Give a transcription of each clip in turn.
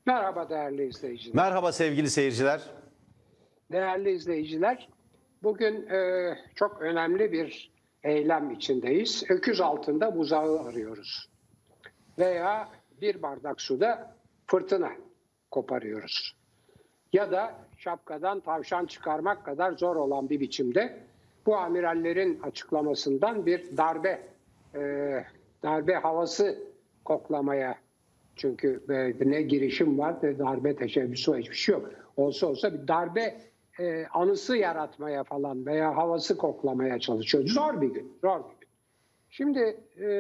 Merhaba değerli izleyiciler. Merhaba sevgili seyirciler. Değerli izleyiciler, bugün çok önemli bir eylem içindeyiz. Öküz altında buzağı arıyoruz. Veya bir bardak suda fırtına koparıyoruz. Ya da şapkadan tavşan çıkarmak kadar zor olan bir biçimde bu amirallerin açıklamasından bir darbe havası koklamaya. Çünkü ne girişim var ne darbe teşebbüsü var, hiçbir şey yok. Olsa bir darbe anısı yaratmaya falan veya havası koklamaya çalışıyor. Zor bir gün. Şimdi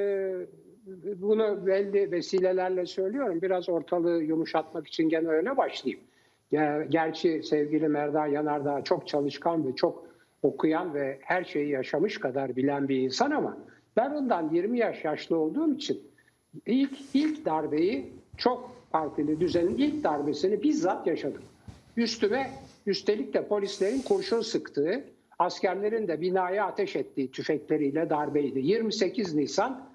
bunu belli vesilelerle söylüyorum. Biraz ortalığı yumuşatmak için gene öyle başlayayım. Gerçi sevgili Merdan Yanardağ çok çalışkan ve çok okuyan ve her şeyi yaşamış kadar bilen bir insan ama ben ondan 20 yaş yaşlı olduğum için ilk darbeyi, çok partili düzenin ilk darbesini bizzat yaşadım. Üstelik de polislerin kurşun sıktığı, askerlerin de binaya ateş ettiği tüfekleriyle darbeydi. 28 Nisan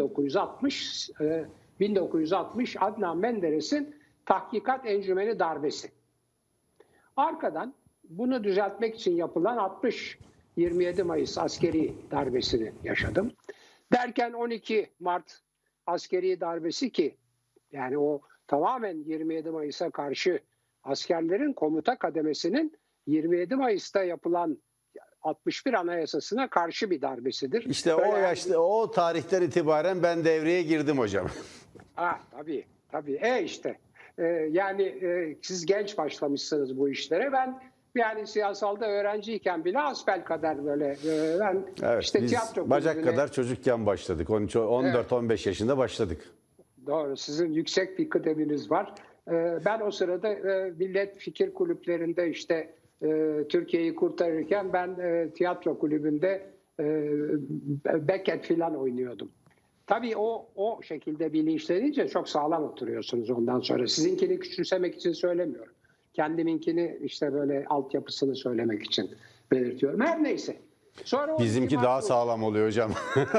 1960 Adnan Menderes'in Tahkikat Encümeni darbesi. Arkadan bunu düzeltmek için yapılan 27 Mayıs askeri darbesini yaşadım. Derken 12 Mart askeri darbesi, ki yani o tamamen 27 Mayıs'a karşı askerlerin komuta kademesinin 27 Mayıs'ta yapılan 61 Anayasası'na karşı bir darbesidir. İşte o yaşta, o tarihten itibaren ben devreye girdim hocam. Tabii. Siz genç başlamışsınız bu işlere. Ben yani siyasalda öğrenciyken bile hasbelkader böyle Evet, işte biz tiyatro bacak kulübüne, kadar çocukken başladık. 14-15 yaşında başladık. Doğru, sizin yüksek bir kıdeminiz var. Ben o sırada millet fikir kulüplerinde Türkiye'yi kurtarırken ben tiyatro kulübünde Beckett filan oynuyordum. Tabii o şekilde bilinçlenince çok sağlam oturuyorsunuz ondan sonra. Sizinkini küçümsemek için söylemiyorum. Kendiminkini böyle altyapısını söylemek için belirtiyorum. Her neyse. Sonra bizimki daha sağlam oluyor hocam.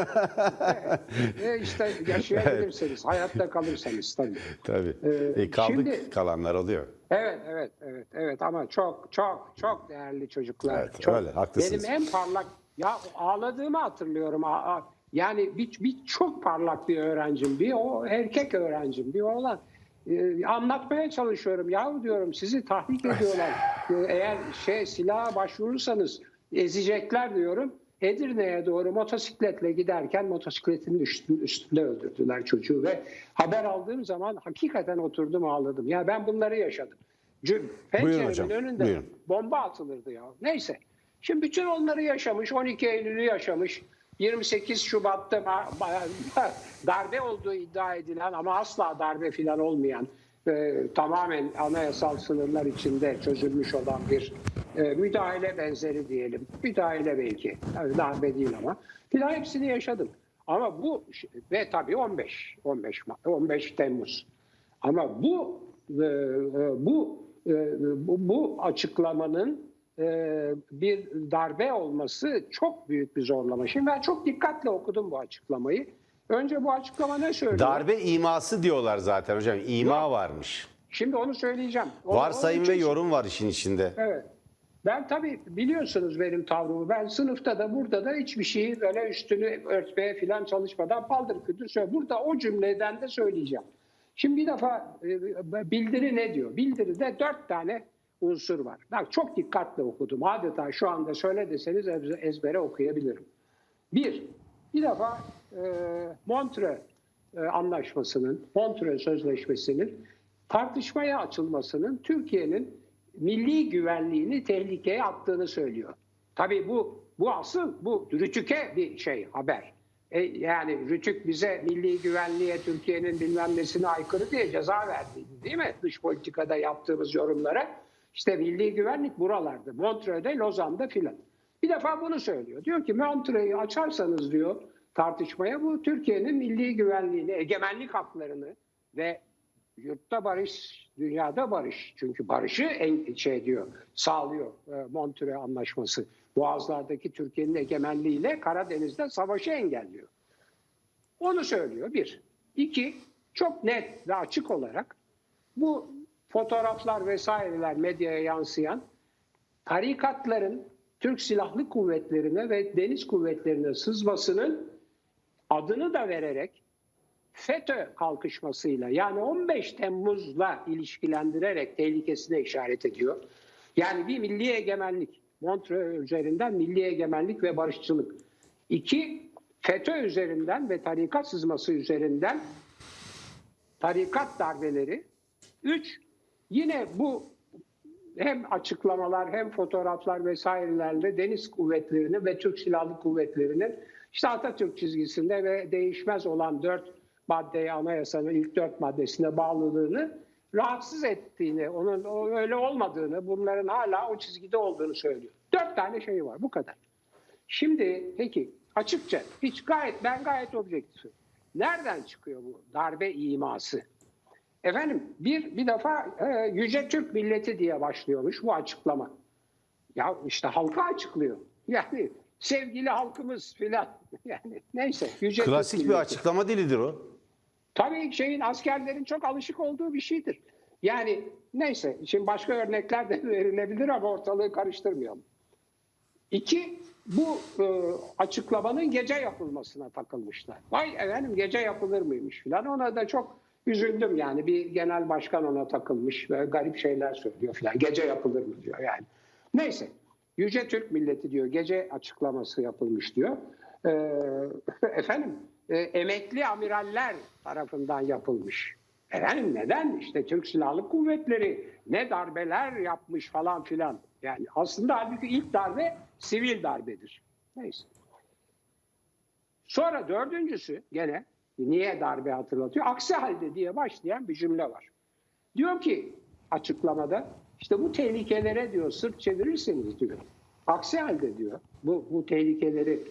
Yaşayabilirseniz, evet. Hayatta kalırsanız tabii. Tabii. Kalanlar oluyor. Evet ama çok değerli çocuklar. Evet, öyle, haklısınız. Benim en parlak, ağladığımı hatırlıyorum. Yani çok parlak bir öğrencim, bir o erkek öğrencim, bir oğlan. Anlatmaya çalışıyorum. Yahu diyorum, sizi tahrik ediyorlar. Eğer silaha başvurursanız ezecekler diyorum. Edirne'ye doğru motosikletle giderken motosikletin üstünde öldürdüler çocuğu ve haber aldığım zaman hakikaten oturdum ağladım. Ya ben bunları yaşadım. Penceremin önünde bomba atılırdı ya. Neyse. Şimdi bütün onları yaşamış, 12 Eylül'ü yaşamış, 28 Şubat'ta darbe olduğu iddia edilen ama asla darbe filan olmayan, tamamen anayasal sınırlar içinde çözülmüş olan bir müdahale benzeri diyelim. Müdahale belki. Yani darbe değil ama. Filan hepsini yaşadım. Ama ve tabii 15 Temmuz. Ama bu açıklamanın bir darbe olması çok büyük bir zorlama. Şimdi ben çok dikkatle okudum bu açıklamayı. Önce bu açıklama ne söylüyor? Darbe iması diyorlar zaten hocam. İma varmış. Şimdi onu söyleyeceğim. Varsayım ve yorum var işin içinde. Evet. Ben tabii biliyorsunuz benim tavrımı. Ben sınıfta da burada da hiçbir şeyi böyle üstünü örtmeye falan çalışmadan paldır küldür söylüyorum. Burada o cümleden de söyleyeceğim. Şimdi bir defa bildiri ne diyor? Bildiride 4 tane unsur var. Bak, çok dikkatli okudum. Adeta şu anda söyle deseniz ezbere okuyabilirim. Bir defa Montreux Anlaşması'nın, Montreux Sözleşmesi'nin tartışmaya açılmasının Türkiye'nin milli güvenliğini tehlikeye attığını söylüyor. Tabii bu asıl Rütük'e bir haber. Yani Rütük bize milli güvenliğe, Türkiye'nin bilmem nesine aykırı diye ceza verdi, değil mi? Dış politikada yaptığımız yorumlara. İşte milli güvenlik buralarda. Montreux'de, Lozan'da filan. Bir defa bunu söylüyor. Diyor ki Montreux'u açarsanız diyor tartışmaya, bu Türkiye'nin milli güvenliğini, egemenlik haklarını ve yurtta barış, dünyada barış. Çünkü barışı sağlıyor Montreux Anlaşması. Boğazlardaki Türkiye'nin egemenliğiyle Karadeniz'de savaşı engelliyor. Onu söylüyor bir. İki, çok net ve açık olarak Bu fotoğraflar vesaireler medyaya yansıyan tarikatların Türk Silahlı Kuvvetlerine ve Deniz Kuvvetlerine sızmasının adını da vererek FETÖ kalkışmasıyla yani 15 Temmuz'la ilişkilendirerek tehlikesine işaret ediyor. Yani bir milli egemenlik, Montreux üzerinden milli egemenlik ve barışçılık. 2, FETÖ üzerinden ve tarikat sızması üzerinden tarikat darbeleri. 3, yine bu hem açıklamalar hem fotoğraflar vesairelerle Deniz Kuvvetleri'nin ve Türk Silahlı Kuvvetleri'nin işte Atatürk çizgisinde ve değişmez olan 4 maddeye, anayasanın ilk 4 maddesine bağlılığını rahatsız ettiğini, onun öyle olmadığını, bunların hala o çizgide olduğunu söylüyor. 4 tane şey var, bu kadar. Şimdi peki açıkça, ben gayet objektifim. Nereden çıkıyor bu darbe iması? Efendim bir defa Yüce Türk Milleti diye başlıyormuş bu açıklama. Ya işte halka açıklıyor. Yani sevgili halkımız filan. Yani neyse. Yüce Klasik Türk bir Milleti. açıklama dilidir o. Tabii askerlerin çok alışık olduğu bir şeydir. Yani neyse şimdi başka örnekler de verilebilir ama ortalığı karıştırmayalım. 2, bu açıklamanın gece yapılmasına takılmışlar. Vay efendim gece yapılır mıymış filan. Ona da çok üzüldüm yani. Bir genel başkan ona takılmış ve garip şeyler söylüyor filan. Gece yapılır mı diyor yani. Neyse. Yüce Türk Milleti diyor. Gece açıklaması yapılmış diyor. Emekli amiraller tarafından yapılmış. Efendim neden? İşte Türk Silahlı Kuvvetleri ne darbeler yapmış falan filan. Yani aslında halbuki ilk darbe sivil darbedir. Neyse. Sonra 4.'sü gene niye darbe hatırlatıyor? Aksi halde diye başlayan bir cümle var. Diyor ki açıklamada işte bu tehlikelere diyor sırt çevirirseniz diyor. Aksi halde diyor bu tehlikeleri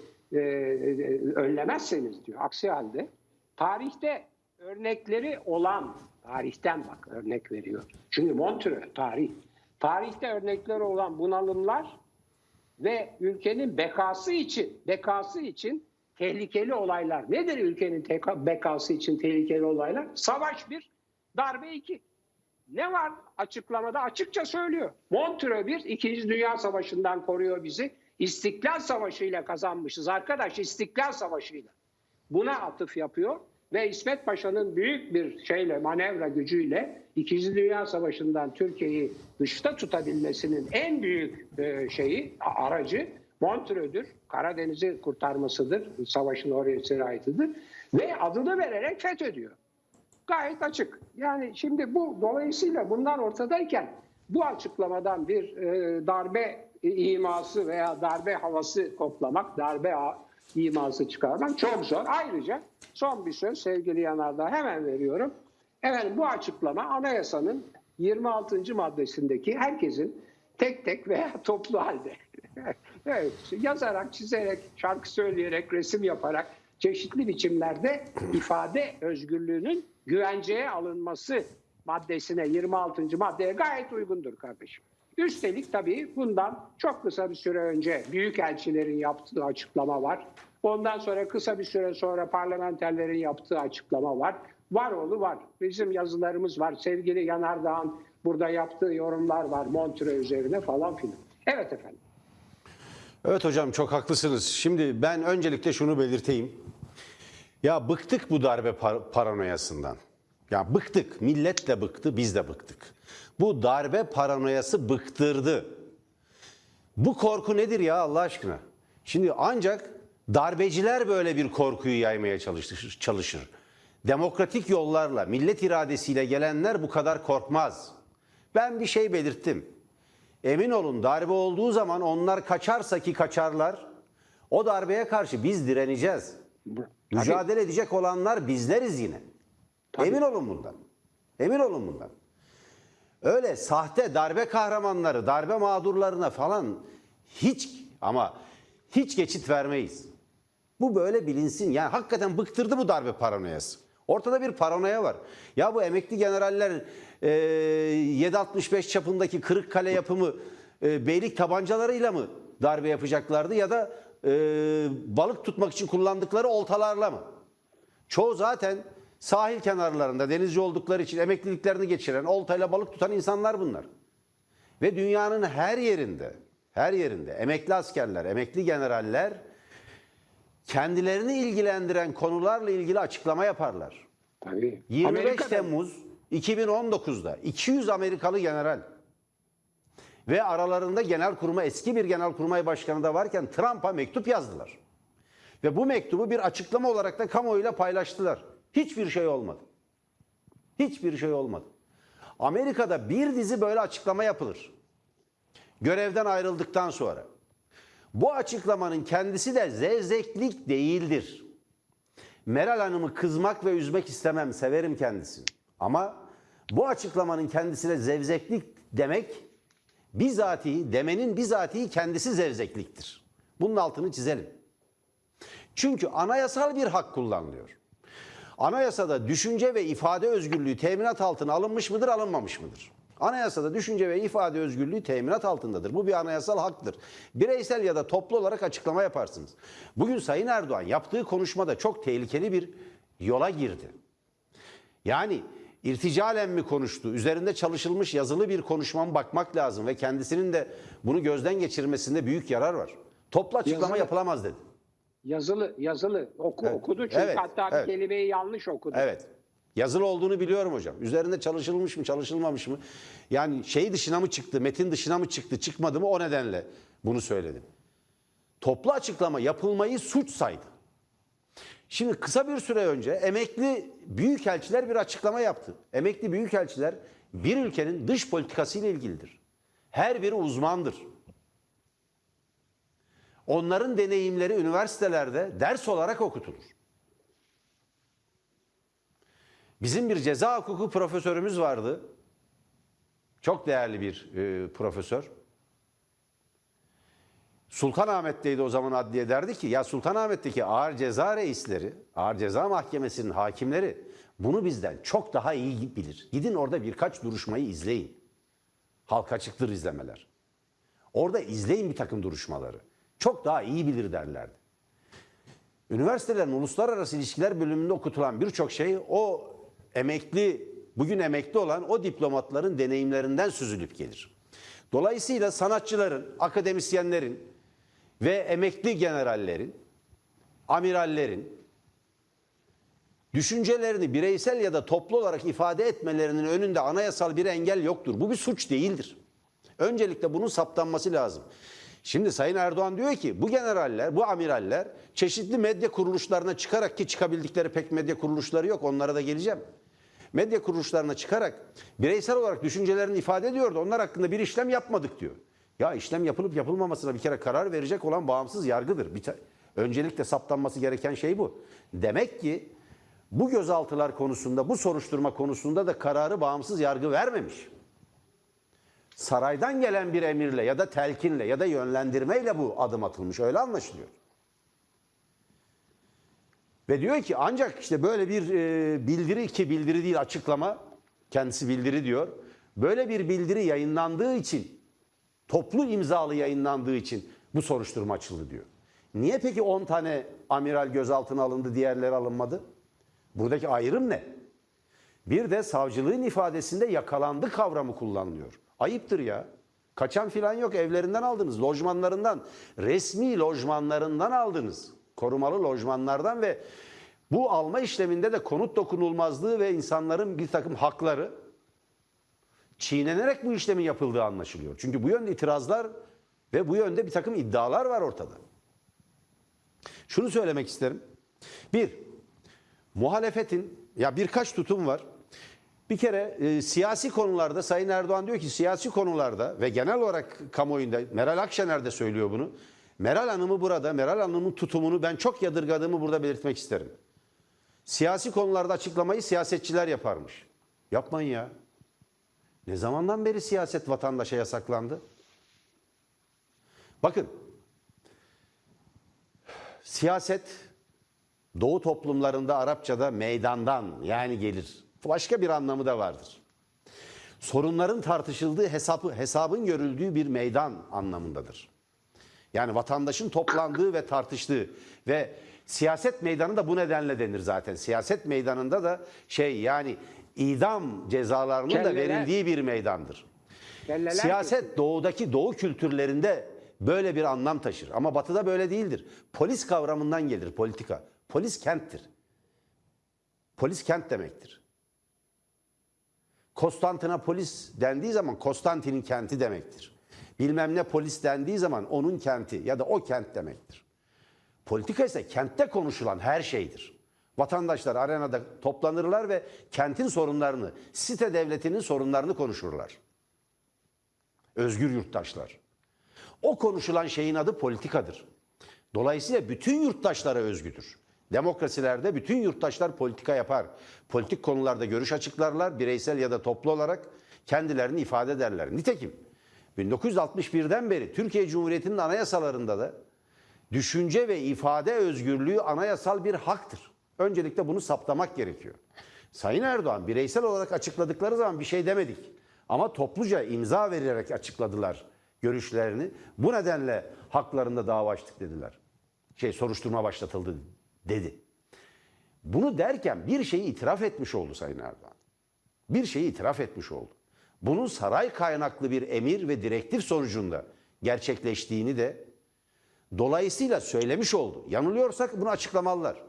önlemezseniz diyor. Aksi halde tarihte örnekleri olan, tarihten bak örnek veriyor. Çünkü Montreux tarih. Tarihte örnekleri olan bunalımlar ve ülkenin bekası için tehlikeli olaylar. Nedir ülkenin bekası için tehlikeli olaylar? Savaş 1, darbe 2. Ne var açıklamada? Açıkça söylüyor. Montreux 1, 2. Dünya Savaşı'ndan koruyor bizi. İstiklal Savaşı'yla kazanmışız arkadaş, İstiklal Savaşı'yla. Buna atıf yapıyor ve İsmet Paşa'nın büyük bir manevra gücüyle 2. Dünya Savaşı'ndan Türkiye'yi dışta tutabilmesinin en büyük aracı Montreux'dür. Karadeniz'i kurtarmasıdır. Savaşın oraya sirayetidir. Ve adını vererek FETÖ diyor. Gayet açık. Yani şimdi dolayısıyla bunlar ortadayken bu açıklamadan bir darbe iması veya darbe havası koklamak, darbe iması çıkarmak çok zor. Ayrıca son bir söz sevgili Yanardağ hemen veriyorum. Efendim bu açıklama anayasanın 26. maddesindeki herkesin tek tek veya toplu halde evet, yazarak, çizerek, şarkı söyleyerek, resim yaparak çeşitli biçimlerde ifade özgürlüğünün güvenceye alınması maddesine 26. maddeye gayet uygundur kardeşim. Üstelik tabii bundan çok kısa bir süre önce büyükelçilerin yaptığı açıklama var. Ondan sonra kısa bir süre sonra parlamenterlerin yaptığı açıklama var. Var oğlu var. Bizim yazılarımız var. Sevgili Yanardağ'ın burada yaptığı yorumlar var. Montreux üzerine falan filan. Evet efendim. Evet hocam çok haklısınız. Şimdi ben öncelikle şunu belirteyim. Ya bıktık bu darbe paranoyasından. Ya bıktık. Millet de bıktı, biz de bıktık. Bu darbe paranoyası bıktırdı. Bu korku nedir ya Allah aşkına? Şimdi ancak darbeciler böyle bir korkuyu yaymaya çalışır. Demokratik yollarla, millet iradesiyle gelenler bu kadar korkmaz. Ben bir şey belirttim. Emin olun darbe olduğu zaman onlar kaçarsa ki kaçarlar, o darbeye karşı biz direneceğiz. Mücadele edecek olanlar bizleriz yine. Tabii. Emin olun bundan. Emin olun bundan. Öyle sahte darbe kahramanları, darbe mağdurlarına falan hiç geçit vermeyiz. Bu böyle bilinsin. Yani hakikaten bıktırdı bu darbe paranoyası. Ortada bir paranoya var. Ya bu emekli generaller 7.65 çapındaki Kırıkkale yapımı beylik tabancalarıyla mı darbe yapacaklardı ya da balık tutmak için kullandıkları oltalarla mı? Çoğu zaten Sahil kenarlarında denizci oldukları için emekliliklerini geçiren, oltayla balık tutan insanlar bunlar. Ve dünyanın her yerinde emekli askerler, emekli generaller kendilerini ilgilendiren konularla ilgili açıklama yaparlar. Tabii. 25 Amerika'da- Temmuz 2019'da 200 Amerikalı general ve aralarında eski bir genelkurmay başkanı da varken Trump'a mektup yazdılar. Ve bu mektubu bir açıklama olarak da kamuoyuyla paylaştılar. Hiçbir şey olmadı. Hiçbir şey olmadı. Amerika'da bir dizi böyle açıklama yapılır. Görevden ayrıldıktan sonra. Bu açıklamanın kendisi de zevzeklik değildir. Meral Hanım'ı kızmak ve üzmek istemem, severim kendisini. Ama bu açıklamanın kendisine zevzeklik demek, demenin bizatihi kendisi zevzekliktir. Bunun altını çizelim. Çünkü anayasal bir hak kullanılıyor. Anayasada düşünce ve ifade özgürlüğü teminat altına alınmış mıdır, alınmamış mıdır? Anayasada düşünce ve ifade özgürlüğü teminat altındadır. Bu bir anayasal haktır. Bireysel ya da toplu olarak açıklama yaparsınız. Bugün Sayın Erdoğan yaptığı konuşmada çok tehlikeli bir yola girdi. Yani irticalen mi konuştu? Üzerinde çalışılmış yazılı bir konuşma mı bakmak lazım ve kendisinin de bunu gözden geçirmesinde büyük yarar var. Toplu açıklama Yazılı. yapılamaz dedi. Yazılı okudu çünkü Evet, hatta evet. bir kelimeyi yanlış okudu. Evet. Yazılı olduğunu biliyorum hocam. Üzerinde çalışılmış mı, çalışılmamış mı? Yani şey dışına mı çıktı, metin dışına mı çıktı, çıkmadı mı o nedenle bunu söyledim. Toplu açıklama yapılmayı suç saydı. Şimdi kısa bir süre önce emekli büyükelçiler bir açıklama yaptı. Emekli büyükelçiler bir ülkenin dış politikası ile ilgilidir. Her biri uzmandır. Onların deneyimleri üniversitelerde ders olarak okutulur. Bizim bir ceza hukuku profesörümüz vardı. Çok değerli bir profesör. Sultanahmet'teydi o zaman adliye, derdi ki ya Sultanahmet'teki ağır ceza reisleri, ağır ceza mahkemesinin hakimleri bunu bizden çok daha iyi bilir. Gidin orada birkaç duruşmayı izleyin. Halka açıktır izlemeler. Orada izleyin bir takım duruşmaları. Çok daha iyi bilir derlerdi. Üniversitelerin uluslararası ilişkiler bölümünde okutulan birçok şey o bugün emekli olan o diplomatların deneyimlerinden süzülüp gelir. Dolayısıyla sanatçıların, akademisyenlerin ve emekli generallerin, amirallerin düşüncelerini bireysel ya da toplu olarak ifade etmelerinin önünde anayasal bir engel yoktur. Bu bir suç değildir. Öncelikle bunun saptanması lazım. Şimdi Sayın Erdoğan diyor ki bu generaller, bu amiraller çeşitli medya kuruluşlarına çıkarak, ki çıkabildikleri pek medya kuruluşları yok, onlara da geleceğim. Medya kuruluşlarına çıkarak bireysel olarak düşüncelerini ifade ediyordu. Onlar hakkında bir işlem yapmadık diyor. Ya işlem yapılıp yapılmamasına bir kere karar verecek olan bağımsız yargıdır. Öncelikle saptanması gereken şey bu. Demek ki bu gözaltılar konusunda, bu soruşturma konusunda da kararı bağımsız yargı vermemiş. Saraydan gelen bir emirle ya da telkinle ya da yönlendirmeyle bu adım atılmış. Öyle anlaşılıyor. Ve diyor ki ancak işte böyle bir bildiri, ki bildiri değil açıklama, kendisi bildiri diyor. Böyle bir bildiri yayınlandığı için, toplu imzalı yayınlandığı için bu soruşturma açıldı diyor. Niye peki 10 tane amiral gözaltına alındı, diğerleri alınmadı? Buradaki ayrım ne? Bir de savcılığın ifadesinde yakalandı kavramı kullanılıyor. Ayıptır ya. Kaçan filan yok, evlerinden aldınız, lojmanlarından, resmi lojmanlarından aldınız. Korumalı lojmanlardan ve bu alma işleminde de konut dokunulmazlığı ve insanların bir takım hakları çiğnenerek bu işlemin yapıldığı anlaşılıyor. Çünkü bu yönde itirazlar ve bu yönde bir takım iddialar var ortada. Şunu söylemek isterim. Bir, muhalefetin, ya birkaç tutum var. Bir kere siyasi konularda Sayın Erdoğan diyor ki siyasi konularda ve genel olarak kamuoyunda, Meral Akşener de söylüyor bunu. Meral Hanım'ın tutumunu ben çok yadırgadığımı burada belirtmek isterim. Siyasi konularda açıklamayı siyasetçiler yaparmış. Yapmayın ya. Ne zamandan beri siyaset vatandaşa yasaklandı? Bakın, siyaset Doğu toplumlarında Arapçada meydandan yani gelir. Başka bir anlamı da vardır. Sorunların tartışıldığı, hesabın görüldüğü bir meydan anlamındadır. Yani vatandaşın toplandığı ve tartıştığı ve Siyaset meydanı da bu nedenle denir zaten. Siyaset meydanında da yani idam cezalarının da verildiği bir meydandır. Siyaset doğu kültürlerinde böyle bir anlam taşır. Ama batıda böyle değildir. Polis kavramından gelir politika. Polis kenttir. Polis kent demektir. Konstantinopolis dendiği zaman Konstantin'in kenti demektir. Bilmem ne polis dendiği zaman onun kenti ya da o kent demektir. Politika ise kentte konuşulan her şeydir. Vatandaşlar arenada toplanırlar ve kentin sorunlarını, site devletinin sorunlarını konuşurlar. Özgür yurttaşlar. O konuşulan şeyin adı politikadır. Dolayısıyla bütün yurttaşlara özgüdür. Demokrasilerde bütün yurttaşlar politika yapar. Politik konularda görüş açıklarlar, bireysel ya da toplu olarak kendilerini ifade ederler. Nitekim 1961'den beri Türkiye Cumhuriyeti'nin anayasalarında da düşünce ve ifade özgürlüğü anayasal bir haktır. Öncelikle bunu saptamak gerekiyor. Sayın Erdoğan bireysel olarak açıkladıkları zaman bir şey demedik. Ama topluca imza vererek açıkladılar görüşlerini. Bu nedenle haklarında dava açtık dediler. Soruşturma başlatıldı dedi. Bunu derken bir şeyi itiraf etmiş oldu Sayın Erdoğan. Bir şeyi itiraf etmiş oldu. Bunun saray kaynaklı bir emir ve direktif sonucunda gerçekleştiğini de dolayısıyla söylemiş oldu. Yanılıyorsak bunu açıklamalılar.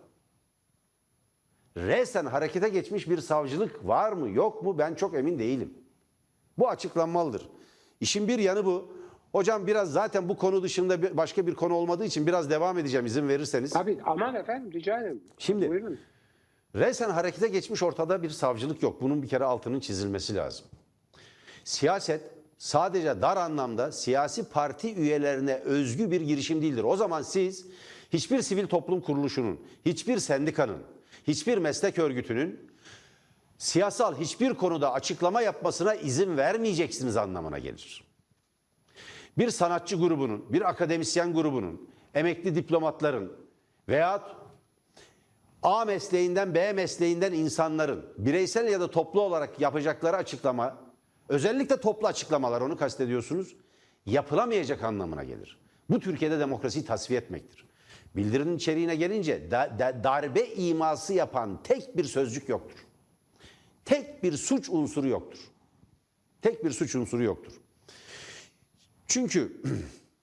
Resen harekete geçmiş bir savcılık var mı yok mu ben çok emin değilim. Bu açıklanmalıdır. İşin bir yanı bu. Hocam biraz zaten bu konu dışında başka bir konu olmadığı için biraz devam edeceğim izin verirseniz. Tabii aman efendim rica ederim. Şimdi buyurun. Resen harekete geçmiş ortada bir savcılık yok. Bunun bir kere altının çizilmesi lazım. Siyaset sadece dar anlamda siyasi parti üyelerine özgü bir girişim değildir. O zaman siz hiçbir sivil toplum kuruluşunun, hiçbir sendikanın, hiçbir meslek örgütünün siyasal hiçbir konuda açıklama yapmasına izin vermeyeceksiniz anlamına gelir. Bir sanatçı grubunun, bir akademisyen grubunun, emekli diplomatların veyahut A mesleğinden B mesleğinden insanların bireysel ya da toplu olarak yapacakları açıklama, özellikle toplu açıklamalar onu kastediyorsunuz, yapılamayacak anlamına gelir. Bu Türkiye'de demokrasiyi tasfiye etmektir. Bildirinin içeriğine gelince darbe iması yapan tek bir sözcük yoktur. Tek bir suç unsuru yoktur. Tek bir suç unsuru yoktur. Çünkü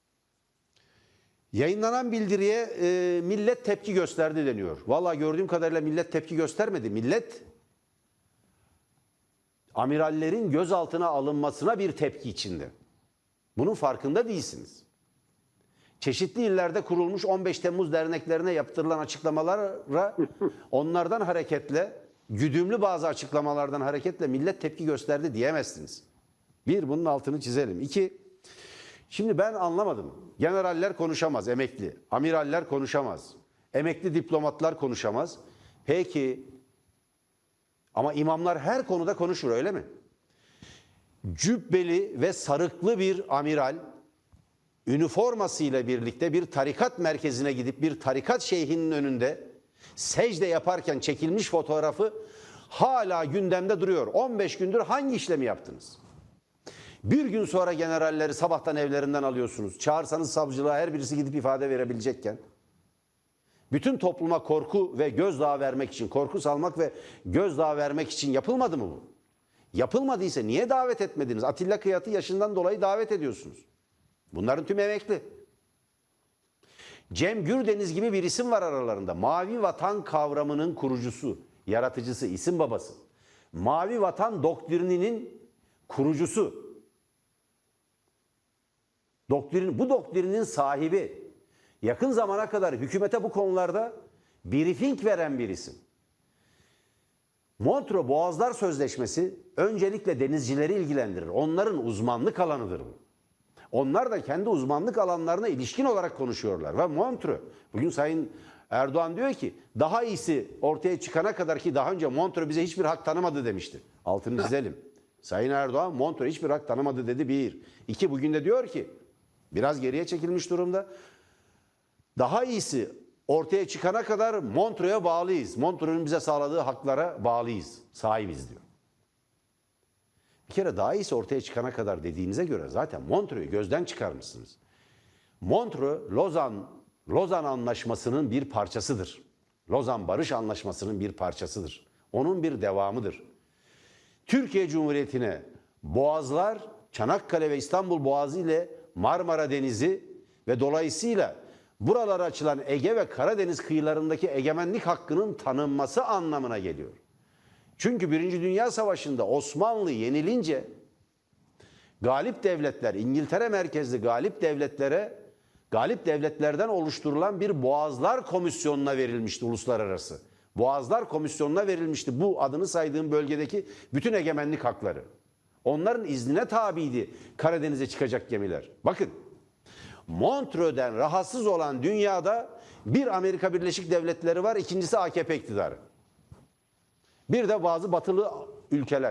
yayınlanan bildiriye millet tepki gösterdi deniyor. Vallahi gördüğüm kadarıyla millet tepki göstermedi. Millet amirallerin gözaltına alınmasına bir tepki içinde. Bunun farkında değilsiniz. Çeşitli illerde kurulmuş 15 Temmuz derneklerine yaptırılan açıklamalara onlardan hareketle, güdümlü bazı açıklamalardan hareketle millet tepki gösterdi diyemezsiniz. Bir, bunun altını çizelim. İki, şimdi ben anlamadım. Generaller konuşamaz, emekli. Amiraller konuşamaz. Emekli diplomatlar konuşamaz. Peki, ama imamlar her konuda konuşur öyle mi? Cübbeli ve sarıklı bir amiral, üniformasıyla birlikte bir tarikat merkezine gidip bir tarikat şeyhinin önünde secde yaparken çekilmiş fotoğrafı hala gündemde duruyor. 15 gündür hangi işlemi yaptınız? Bir gün sonra generalleri sabahtan evlerinden alıyorsunuz. Çağırsanız savcılığa her birisi gidip ifade verebilecekken, bütün topluma korku ve gözdağı vermek için, korku salmak ve gözdağı vermek için yapılmadı mı bu? Yapılmadıysa niye davet etmediniz? Atilla Kıyat'ı yaşından dolayı davet ediyorsunuz. Bunların tüm emekli. Cem Gürdeniz gibi bir isim var aralarında. Mavi Vatan kavramının kurucusu, yaratıcısı, isim babası. Mavi Vatan doktrininin kurucusu. Bu doktrinin sahibi. Yakın zamana kadar hükümete bu konularda briefing veren bir isim. Montreux Boğazlar Sözleşmesi öncelikle denizcileri ilgilendirir. Onların uzmanlık alanıdır bu. Onlar da kendi uzmanlık alanlarına ilişkin olarak konuşuyorlar. Ve Montreux, bugün Sayın Erdoğan diyor ki daha iyisi ortaya çıkana kadar ki daha önce Montreux bize hiçbir hak tanımadı demişti. Altını çizelim. Sayın Erdoğan Montreux hiçbir hak tanımadı dedi bir. İki, bugün de diyor ki biraz geriye çekilmiş durumda. Daha iyisi ortaya çıkana kadar Montreux'a bağlıyız. Montreux'un bize sağladığı haklara bağlıyız, sahibiz diyor. Bir kere daha iyisi ortaya çıkana kadar dediğinize göre zaten Montreux'u gözden çıkarmışsınız. Montreux, Lozan Lozan Anlaşması'nın bir parçasıdır. Lozan Barış Anlaşması'nın bir parçasıdır. Onun bir devamıdır. Türkiye Cumhuriyeti'ne boğazlar, Çanakkale ve İstanbul Boğazı ile Marmara Denizi ve dolayısıyla buralara açılan Ege ve Karadeniz kıyılarındaki egemenlik hakkının tanınması anlamına geliyor. Çünkü Birinci Dünya Savaşı'nda Osmanlı yenilince galip devletler, İngiltere merkezli galip devletlerden oluşturulan bir Boğazlar Komisyonu'na verilmişti uluslararası. Boğazlar Komisyonu'na verilmişti bu adını saydığım bölgedeki bütün egemenlik hakları. Onların iznine tabiydi Karadeniz'e çıkacak gemiler. Bakın, Montreux'den rahatsız olan dünyada bir Amerika Birleşik Devletleri var, ikincisi AKP iktidarı. Bir de bazı batılı ülkeler.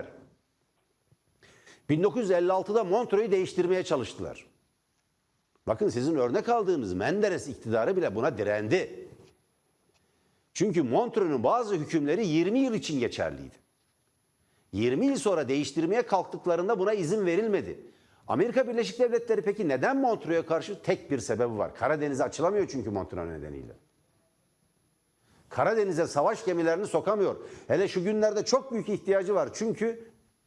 1956'da Montreux'u değiştirmeye çalıştılar. Bakın, sizin örnek aldığınız Menderes iktidarı bile buna direndi. Çünkü Montreux'un bazı hükümleri 20 yıl için geçerliydi. 20 yıl sonra değiştirmeye kalktıklarında buna izin verilmedi. Amerika Birleşik Devletleri peki neden Montreux'a karşı? Tek bir sebebi var. Karadeniz'e açılamıyor çünkü Montreux nedeniyle. Karadeniz'e savaş gemilerini sokamıyor. Hele şu günlerde çok büyük ihtiyacı var. Çünkü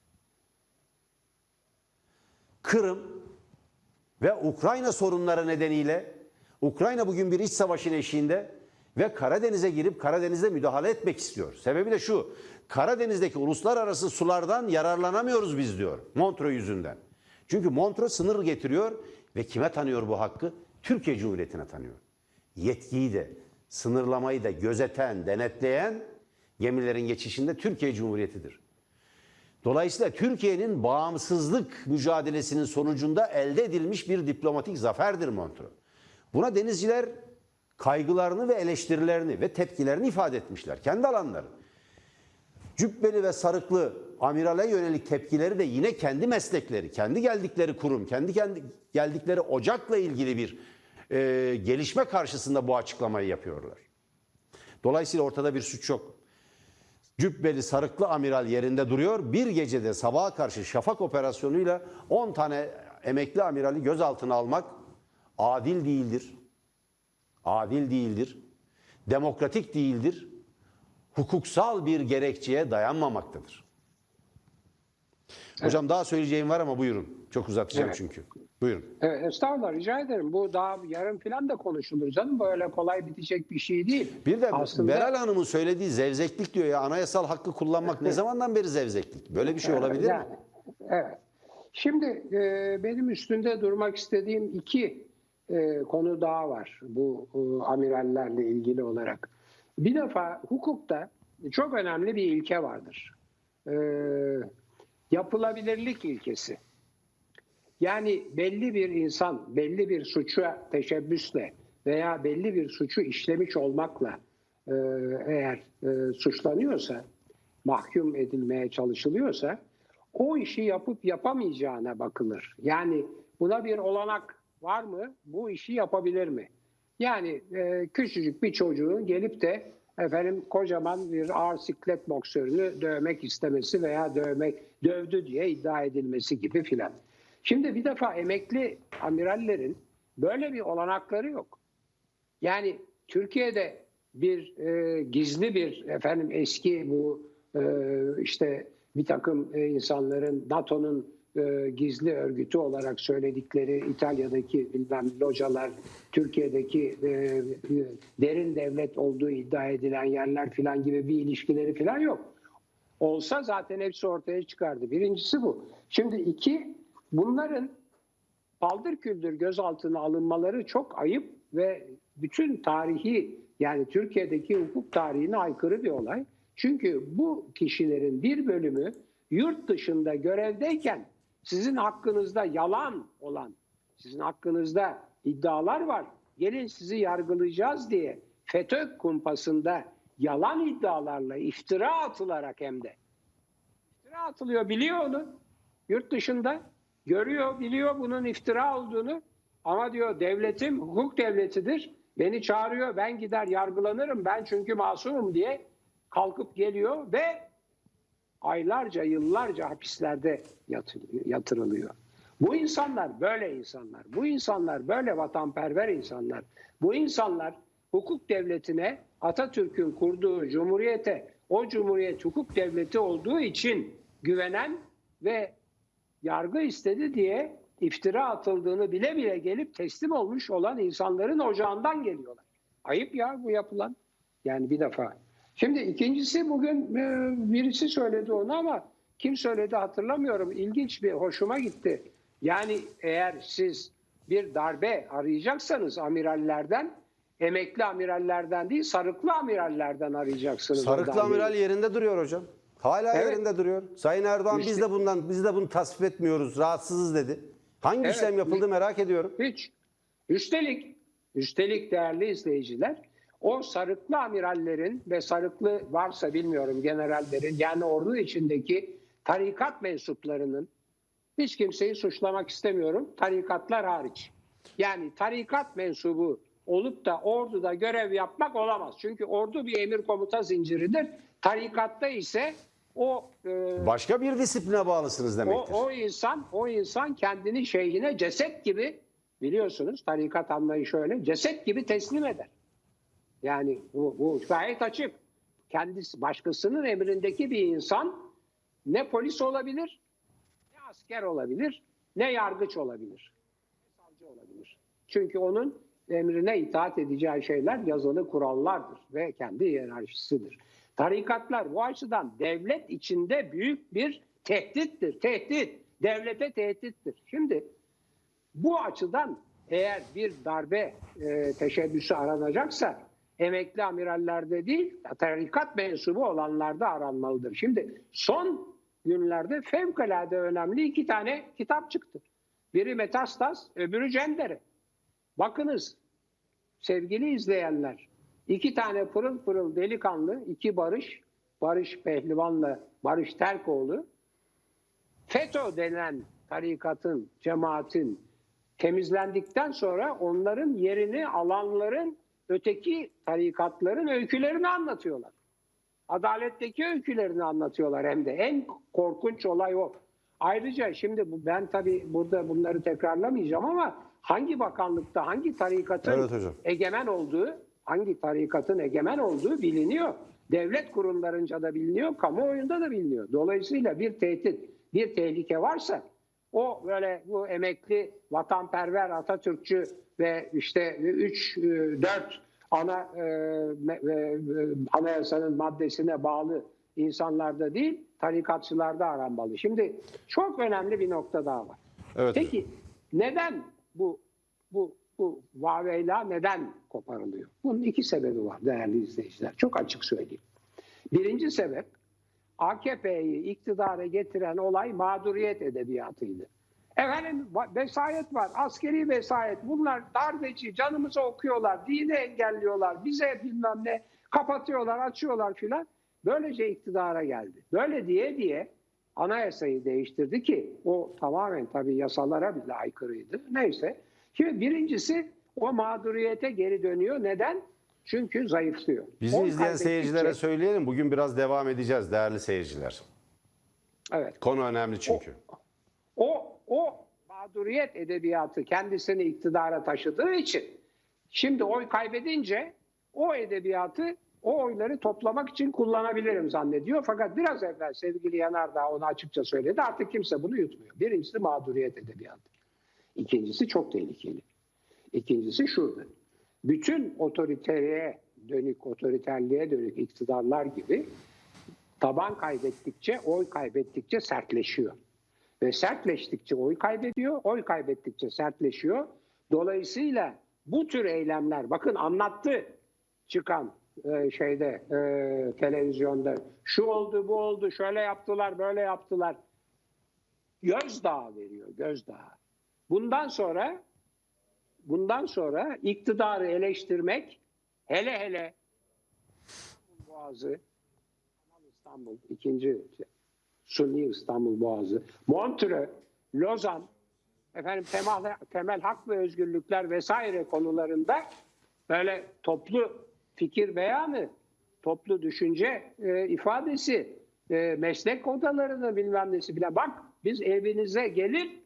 Kırım ve Ukrayna sorunları nedeniyle Ukrayna bugün bir iç savaşın eşiğinde ve Karadeniz'e girip Karadeniz'e müdahale etmek istiyor. Sebebi de şu: Karadeniz'deki uluslararası sulardan yararlanamıyoruz biz diyor Montreux yüzünden. Çünkü Montreux sınır getiriyor ve kime tanıyor bu hakkı? Türkiye Cumhuriyeti'ne tanıyor. Yetkiyi de, sınırlamayı da gözeten, denetleyen gemilerin geçişinde Türkiye Cumhuriyeti'dir. Dolayısıyla Türkiye'nin bağımsızlık mücadelesinin sonucunda elde edilmiş bir diplomatik zaferdir Montreux. Buna denizciler kaygılarını ve eleştirilerini ve tepkilerini ifade etmişler. Kendi alanları. Cübbeli ve sarıklı amirale yönelik tepkileri de yine kendi meslekleri, kendi geldikleri kurum, kendi geldikleri ocakla ilgili bir gelişme karşısında bu açıklamayı yapıyorlar. Dolayısıyla ortada bir suç yok. Cübbeli sarıklı amiral yerinde duruyor. Bir gecede sabaha karşı Şafak operasyonuyla 10 tane emekli amirali gözaltına almak adil değildir. Adil değildir. Demokratik değildir. Hukuksal bir gerekçeye dayanmamaktadır. Hocam daha söyleyeceğim var ama buyurun. Çok uzatacağım çünkü. Buyurun. Evet, estağfurullah, rica ederim. Bu daha yarın falan da konuşulur canım. Böyle kolay bitecek bir şey değil. Bir de aslında Meral Hanım'ın söylediği zevzeklik diyor ya. Anayasal hakkı kullanmak ne zamandan beri zevzeklik? Böyle bir şey olabilir mi? Evet. Şimdi benim üstünde durmak istediğim iki konu daha var bu amirallerle ilgili olarak. Bir defa hukukta çok önemli bir ilke vardır. Yapılabilirlik ilkesi. Yani belli bir insan belli bir suça teşebbüsle veya belli bir suçu işlemiş olmakla eğer suçlanıyorsa, mahkum edilmeye çalışılıyorsa o işi yapıp yapamayacağına bakılır. Yani buna bir olanak var mı? Bu işi yapabilir mi? Yani küçücük bir çocuğun gelip de kocaman bir ağır siklet boksörünü dövmek istemesi veya dövdü diye iddia edilmesi gibi filan. Şimdi bir defa emekli amirallerin böyle bir olanakları yok. Yani Türkiye'de bir gizli bir eski bu işte bir takım insanların NATO'nun gizli örgütü olarak söyledikleri İtalya'daki bilmem localar, Türkiye'deki derin devlet olduğu iddia edilen yerler filan gibi bir ilişkileri filan yok. Olsa zaten hepsi ortaya çıkardı. Birincisi bu. Şimdi iki, bunların paldır küldür gözaltına alınmaları çok ayıp ve bütün tarihi, yani Türkiye'deki hukuk tarihine aykırı bir olay. Çünkü bu kişilerin bir bölümü yurt dışında görevdeyken sizin hakkınızda yalan olan, sizin hakkınızda iddialar var, gelin sizi yargılayacağız diye FETÖ kumpasında yalan iddialarla iftira atılarak hem de iftira atılıyor, biliyor onu. Yurt dışında görüyor, biliyor bunun iftira olduğunu ama diyor devletim hukuk devletidir. Beni çağırıyor, ben gider yargılanırım, ben çünkü masumum diye kalkıp geliyor ve aylarca, yıllarca hapislerde yatırılıyor. Bu insanlar böyle insanlar. Bu insanlar böyle vatanperver insanlar. Bu insanlar hukuk devletine, Atatürk'ün kurduğu cumhuriyete, o cumhuriyet hukuk devleti olduğu için güvenen ve yargı istedi diye iftira atıldığını bile bile gelip teslim olmuş olan insanların ocağından geliyorlar. Ayıp ya bu yapılan. Yani bir defa. Şimdi ikincisi bugün birisi söyledi onu ama kim söyledi hatırlamıyorum. İlginç bir hoşuma gitti. Yani eğer siz bir darbe arayacaksanız amirallerden, emekli amirallerden değil sarıklı amirallerden arayacaksınız. Sarıklı amiral yerinde duruyor hocam. Hala Evet. yerinde duruyor. Sayın Erdoğan İşte- biz de bunu tasvip etmiyoruz, rahatsızız dedi. Hangi Evet. işlem yapıldı merak ediyorum. Hiç. Üstelik değerli izleyiciler, o sarıklı amirallerin ve sarıklı varsa bilmiyorum generallerin, yani ordu içindeki tarikat mensuplarının, hiç kimseyi suçlamak istemiyorum, tarikatlar hariç. Yani tarikat mensubu olup da orduda görev yapmak olamaz. Çünkü ordu bir emir komuta zinciridir. Tarikatta ise o Başka bir disipline bağlısınız demektir. o insan kendini şeyhine ceset gibi, biliyorsunuz tarikat anlayışı öyle, ceset gibi teslim eder. Yani bu gayet açık. Kendisi başkasının emrindeki bir insan ne polis olabilir, ne asker olabilir, ne yargıç olabilir, ne savcı olabilir. Çünkü onun emrine itaat edeceği şeyler yazılı kurallardır ve kendi hiyerarşisidir. Tarikatlar bu açıdan devlet içinde büyük bir tehdittir. Tehdit, devlete tehdittir. Şimdi bu açıdan eğer bir darbe teşebbüsü aranacaksa emekli amirallerde değil, tarikat mensubu olanlarda aranmalıdır. Şimdi son günlerde fevkalade önemli 2 tane kitap çıktı. Biri Metastas, öbürü Cendere. Bakınız sevgili izleyenler, 2 tane pırıl pırıl delikanlı, 2 Barış Pehlivan'la Barış Terkoğlu, FETÖ denen tarikatın, cemaatin temizlendikten sonra onların yerini alanların öteki tarikatların öykülerini anlatıyorlar. Adaletteki öykülerini anlatıyorlar hem de. En korkunç olay o. Ayrıca şimdi ben tabii burada bunları tekrarlamayacağım ama hangi bakanlıkta hangi tarikatın Evet hocam. hangi tarikatın egemen olduğu biliniyor. Devlet kurumlarınca da biliniyor, kamuoyunda da biliniyor. Dolayısıyla bir tehdit, bir tehlike varsa o böyle bu emekli, vatanperver, Atatürkçü ve işte 3-4 anayasanın maddesine bağlı insanlarda değil, tarikatçılarda aranmalı. Şimdi çok önemli bir nokta daha var. Evet. Peki neden bu Vaveyla neden koparılıyor? Bunun 2 sebebi var değerli izleyiciler. Çok açık söyleyeyim. Birinci sebep, AKP'yi iktidara getiren olay mağduriyet edebiyatıydı. Efendim vesayet var, askeri vesayet. Bunlar darbeci, canımızı okuyorlar, dini engelliyorlar, bize bilmem ne kapatıyorlar, açıyorlar filan. Böylece iktidara geldi. Böyle diye anayasayı değiştirdi ki o tamamen tabii yasalara bile aykırıydı. Neyse. Şimdi birincisi o mağduriyete geri dönüyor. Neden? Çünkü zayıflıyor. Bizi izleyen seyircilere söyleyelim. Bugün biraz devam edeceğiz değerli seyirciler. Evet. Konu önemli çünkü. O mağduriyet edebiyatı kendisini iktidara taşıdığı için şimdi oy kaybedince o edebiyatı, o oyları toplamak için kullanabilirim zannediyor. Fakat biraz evvel sevgili Yanardağ onu açıkça söyledi. Artık kimse bunu yutmuyor. Birincisi mağduriyet edebiyatı. İkincisi çok tehlikeli. İkincisi şurada. Bütün otoriterliğe dönük iktidarlar gibi taban kaybettikçe, oy kaybettikçe sertleşiyor. Ve sertleştikçe oy kaybediyor, oy kaybettikçe sertleşiyor. Dolayısıyla bu tür eylemler, bakın anlattı çıkan televizyonda, şu oldu, bu oldu, şöyle yaptılar, böyle yaptılar. Gözdağı veriyor, gözdağı. Bundan sonra iktidarı eleştirmek, hele Boğazı, İstanbul, 2. Sunni İstanbul Boğazı, Montreux, Lozan, temel hak ve özgürlükler vesaire konularında böyle toplu fikir beyanı, toplu düşünce ifadesi, meslek odalarını bilmem nesi bile. Bak biz evinize gelip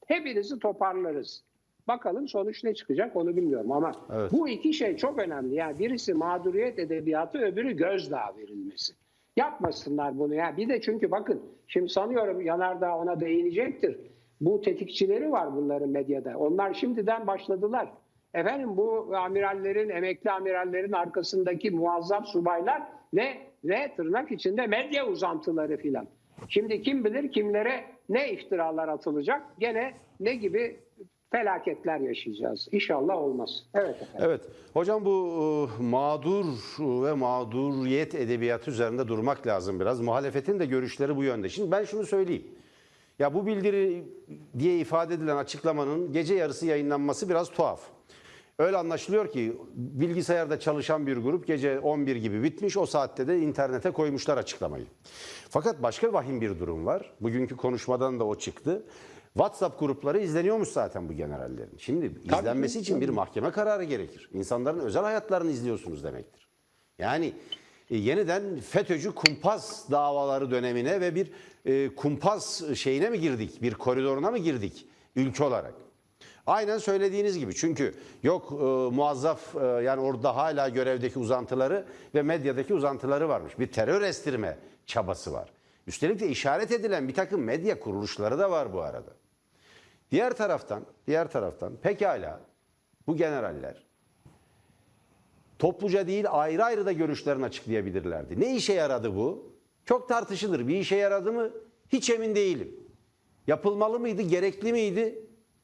Hepinizi toparlarız. Bakalım sonuç ne çıkacak onu bilmiyorum ama Evet. bu iki şey çok önemli. Yani birisi mağduriyet edebiyatı, öbürü gözdağı verilmesi. Yapmasınlar bunu ya. Bir de çünkü bakın şimdi sanıyorum Yanardağ ona değinecektir. Bu tetikçileri var bunların medyada. Onlar şimdiden başladılar. Efendim bu amirallerin, emekli amirallerin arkasındaki muazzam subaylar ve tırnak içinde medya uzantıları filan. Şimdi kim bilir kimlere ne iftiralar atılacak, gene ne gibi felaketler yaşayacağız. İnşallah olmaz. Evet efendim. Evet. Hocam bu mağdur ve mağduriyet edebiyatı üzerinde durmak lazım biraz. Muhalefetin de görüşleri bu yönde. Şimdi ben şunu söyleyeyim. Ya bu bildiri diye ifade edilen açıklamanın gece yarısı yayınlanması biraz tuhaf. Öyle anlaşılıyor ki bilgisayarda çalışan bir grup gece 11 gibi bitmiş. O saatte de internete koymuşlar açıklamayı. Fakat başka vahim bir durum var. Bugünkü konuşmadan da o çıktı. WhatsApp grupları izleniyormuş zaten bu generallerin. Şimdi izlenmesi için bir mahkeme kararı gerekir. İnsanların özel hayatlarını izliyorsunuz demektir. Yani yeniden FETÖ'cü kumpas davaları dönemine ve bir kumpas şeyine mi girdik? Bir koridoruna mı girdik ülke olarak? Aynen söylediğiniz gibi. Çünkü yok muazzaf yani orada hala görevdeki uzantıları ve medyadaki uzantıları varmış. Bir terör estirme çabası var. Üstelik de işaret edilen bir takım medya kuruluşları da var bu arada. Diğer taraftan pekala bu generaller topluca değil ayrı ayrı da görüşlerini açıklayabilirlerdi. Ne işe yaradı bu? Çok tartışılır. Bir işe yaradı mı? Hiç emin değilim. Yapılmalı mıydı? Gerekli miydi?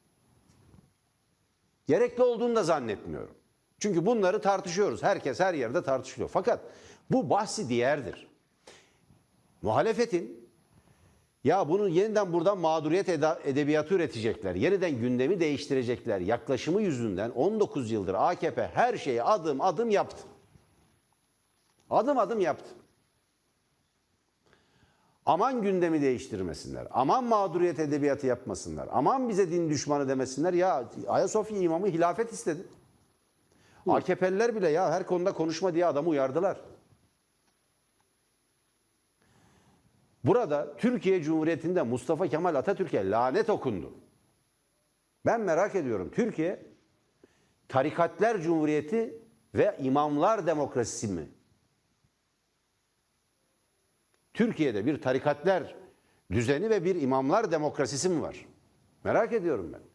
Gerekli olduğunu da zannetmiyorum. Çünkü bunları tartışıyoruz. Herkes her yerde tartışılıyor. Fakat bu bahsi diğerdir. Muhalefetin ya bunu yeniden buradan mağduriyet edebiyatı üretecekler. Yeniden gündemi değiştirecekler. Yaklaşımı yüzünden 19 yıldır AKP her şeyi adım adım yaptı. Adım adım yaptı. Aman gündemi değiştirmesinler. Aman mağduriyet edebiyatı yapmasınlar. Aman bize din düşmanı demesinler. Ya Ayasofya imamı hilafet istedi. AKP'liler bile ya her konuda konuşma diye adamı uyardılar. Burada Türkiye Cumhuriyeti'nde Mustafa Kemal Atatürk'e lanet okundu. Ben merak ediyorum. Türkiye tarikatlar cumhuriyeti ve imamlar demokrasisi mi? Türkiye'de bir tarikatlar düzeni ve bir imamlar demokrasisi mi var? Merak ediyorum ben.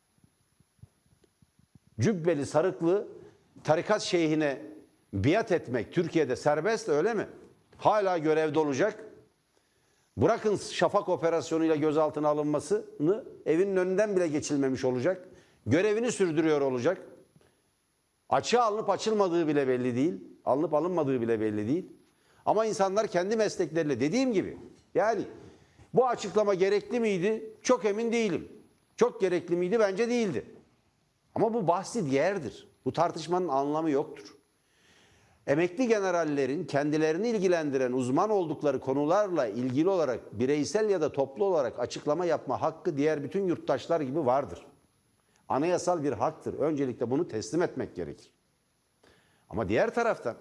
Cübbeli sarıklı tarikat şeyhine biat etmek Türkiye'de serbest öyle mi? Hala görevde olacak. Bırakın Şafak operasyonuyla gözaltına alınmasını evinin önünden bile geçilmemiş olacak. Görevini sürdürüyor olacak. Açığa alınıp açılmadığı bile belli değil. Alınıp alınmadığı bile belli değil. Ama insanlar kendi meslekleriyle dediğim gibi yani bu açıklama gerekli miydi? Çok emin değilim. Çok gerekli miydi? Bence değildi. Ama bu bahsi diğerdir. Bu tartışmanın anlamı yoktur. Emekli generallerin kendilerini ilgilendiren uzman oldukları konularla ilgili olarak bireysel ya da toplu olarak açıklama yapma hakkı diğer bütün yurttaşlar gibi vardır. Anayasal bir haktır. Öncelikle bunu teslim etmek gerekir. Ama diğer taraftan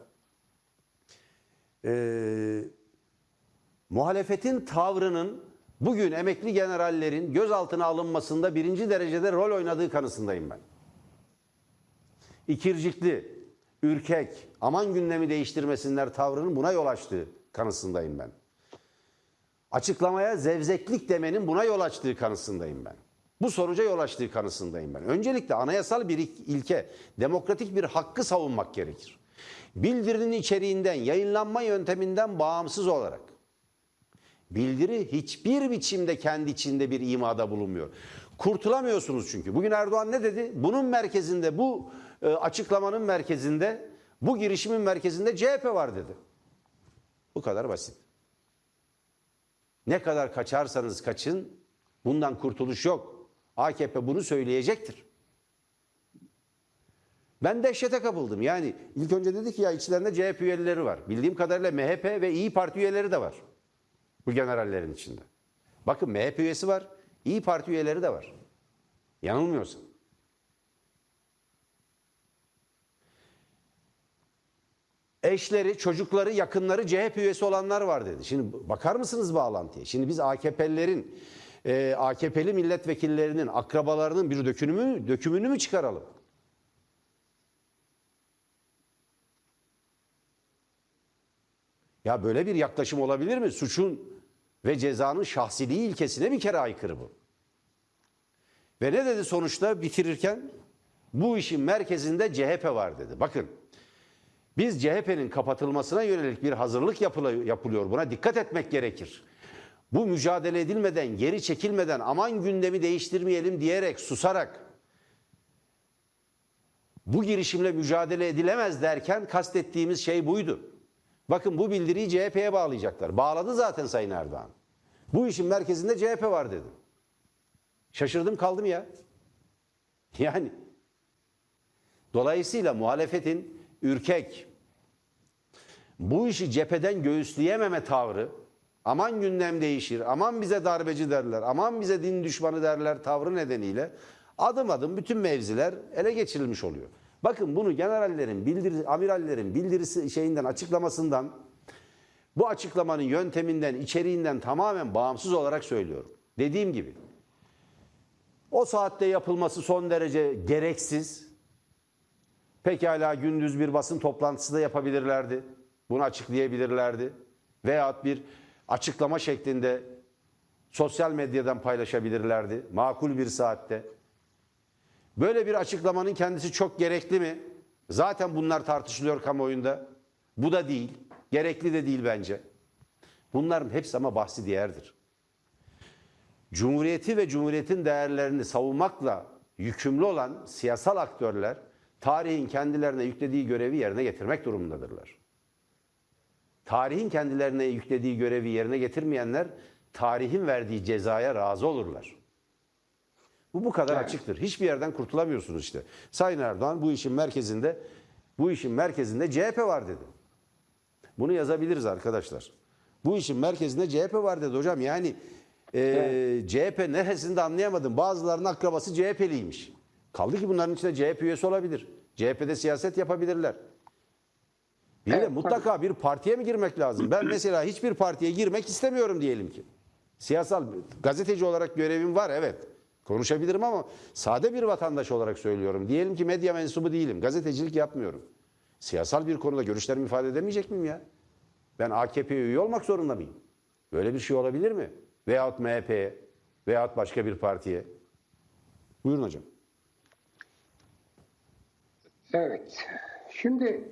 muhalefetin tavrının bugün emekli generallerin gözaltına alınmasında birinci derecede rol oynadığı kanısındayım ben. İkircikli, ürkek, aman gündemi değiştirmesinler tavrının buna yol açtığı kanısındayım ben. Açıklamaya zevzeklik demenin buna yol açtığı kanısındayım ben. Bu sonuca yol açtığı kanısındayım ben. Öncelikle anayasal bir ilke, demokratik bir hakkı savunmak gerekir. Bildirinin içeriğinden, yayınlanma yönteminden bağımsız olarak. Bildiri hiçbir biçimde kendi içinde bir imada bulunmuyor. Kurtulamıyorsunuz çünkü. Bugün Erdoğan ne dedi? Bunun merkezinde, bu açıklamanın merkezinde, bu girişimin merkezinde CHP var dedi. Bu kadar basit. Ne kadar kaçarsanız kaçın, bundan kurtuluş yok. AKP bunu söyleyecektir. Ben dehşete kapıldım. Yani ilk önce dedi ki ya içlerinde CHP üyeleri var. Bildiğim kadarıyla MHP ve İyi Parti üyeleri de var. Bu generallerin içinde. Bakın MHP üyesi var, İyi Parti üyeleri de var. Yanılmıyorsam. Eşleri, çocukları, yakınları CHP üyesi olanlar var dedi. Şimdi bakar mısınız bağlantıya? Şimdi biz AKP'lilerin AKP'li milletvekillerinin, akrabalarının bir dökümünü mü çıkaralım? Ya böyle bir yaklaşım olabilir mi? Suçun ve cezanın şahsiliği ilkesine bir kere aykırı bu. Ve ne dedi sonuçta bitirirken? Bu işin merkezinde CHP var dedi. Bakın, biz CHP'nin kapatılmasına yönelik bir hazırlık yapılıyor. Buna dikkat etmek gerekir. Bu mücadele edilmeden, geri çekilmeden, aman gündemi değiştirmeyelim diyerek, susarak bu girişimle mücadele edilemez derken kastettiğimiz şey buydu. Bakın, bu bildiriyi CHP'ye bağlayacaklar. Bağladı zaten Sayın Erdoğan. Bu işin merkezinde CHP var dedi. Şaşırdım kaldım ya. Yani dolayısıyla muhalefetin ürkek, bu işi cepheden göğüsleyememe tavrı, aman gündem değişir, aman bize darbeci derler, aman bize din düşmanı derler tavrı nedeniyle adım adım bütün mevziler ele geçirilmiş oluyor. Bakın, bunu generallerin, amirallerin bildirisi açıklamasından, bu açıklamanın yönteminden, içeriğinden tamamen bağımsız olarak söylüyorum. Dediğim gibi, o saatte yapılması son derece gereksiz. Pekala gündüz bir basın toplantısı da yapabilirlerdi. Bunu açıklayabilirlerdi. Veyahut bir açıklama şeklinde sosyal medyadan paylaşabilirlerdi. Makul bir saatte. Böyle bir açıklamanın kendisi çok gerekli mi? Zaten bunlar tartışılıyor kamuoyunda. Bu da değil. Gerekli de değil bence. Bunların hepsi ama bahsi diğerdir. Cumhuriyeti ve Cumhuriyet'in değerlerini savunmakla yükümlü olan siyasal aktörler tarihin kendilerine yüklediği görevi yerine getirmek durumundadırlar. Tarihin kendilerine yüklediği görevi yerine getirmeyenler tarihin verdiği cezaya razı olurlar. Bu kadar açıktır. Hiçbir yerden kurtulamıyorsunuz işte. Sayın Erdoğan bu işin merkezinde CHP var dedi. Bunu yazabiliriz arkadaşlar. Bu işin merkezinde CHP var dedi hocam. Yani CHP neresinde anlayamadım. Bazılarının akrabası CHP'liymiş. Kaldı ki bunların içinde CHP üyesi olabilir. CHP'de siyaset yapabilirler. Bir de mutlaka bir partiye mi girmek lazım? Ben mesela hiçbir partiye girmek istemiyorum diyelim ki. Siyasal gazeteci olarak görevim var, evet. Konuşabilirim ama sade bir vatandaş olarak söylüyorum. Diyelim ki medya mensubu değilim. Gazetecilik yapmıyorum. Siyasal bir konuda görüşlerimi ifade edemeyecek miyim ya? Ben AKP'ye üye olmak zorunda mıyım? Böyle bir şey olabilir mi? Veyahut MHP'ye veyahut başka bir partiye. Buyurun hocam. Evet. Şimdi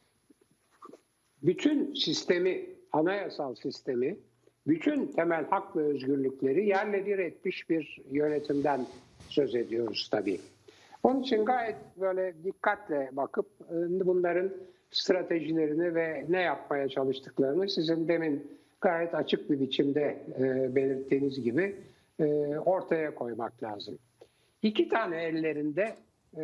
bütün sistemi, anayasal sistemi, bütün temel hak ve özgürlükleri yerle bir etmiş bir yönetimden söz ediyoruz tabii. Onun için gayet böyle dikkatle bakıp bunların stratejilerini ve ne yapmaya çalıştıklarını sizin demin gayet açık bir biçimde belirttiğiniz gibi ortaya koymak lazım. İki tane ellerinde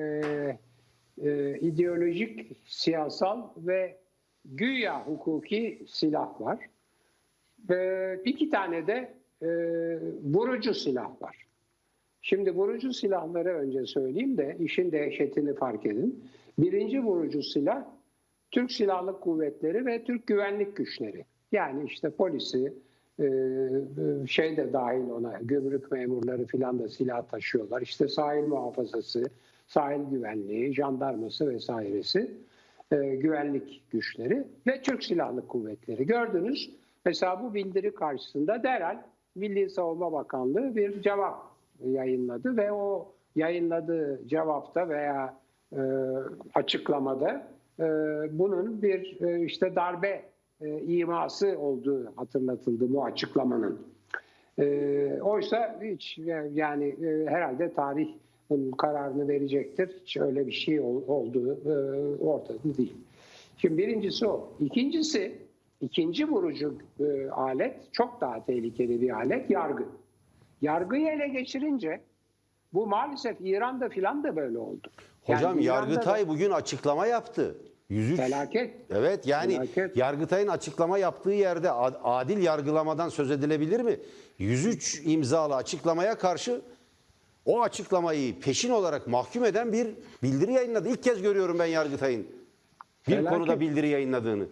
ideolojik, siyasal ve güya hukuki silah var. İki tane de vurucu silah var. Şimdi vurucu silahları önce söyleyeyim de işin dehşetini fark edin. Birinci vurucu silah Türk Silahlı Kuvvetleri ve Türk Güvenlik Güçleri. Yani işte polisi, şey de dahil ona, gümrük memurları filan da silah taşıyorlar. İşte sahil muhafazası, sahil güvenliği, jandarması vesairesi, güvenlik güçleri ve Türk Silahlı Kuvvetleri. Gördünüz, mesela bu bildiri karşısında derhal Milli Savunma Bakanlığı bir cevap yayınladı ve o yayınladığı cevapta veya açıklamada bunun bir işte darbe iması olduğu hatırlatıldı bu açıklamanın. Oysa hiç yani herhalde tarih bunun kararını verecektir. Hiç öyle bir şey olduğu ortada değil. Şimdi birincisi o. İkinci vurucu alet çok daha tehlikeli bir alet, yargı. Yargıyı ele geçirince bu maalesef İran'da filan da böyle oldu. Hocam yani Yargıtay bugün açıklama yaptı. 103. Felaket. Evet yani felaket. Yargıtay'ın açıklama yaptığı yerde adil yargılamadan söz edilebilir mi? 103 imzalı açıklamaya karşı o açıklamayı peşin olarak mahkum eden bir bildiri yayınladı. İlk kez görüyorum ben Yargıtay'ın bir konuda bildiri yayınladığını.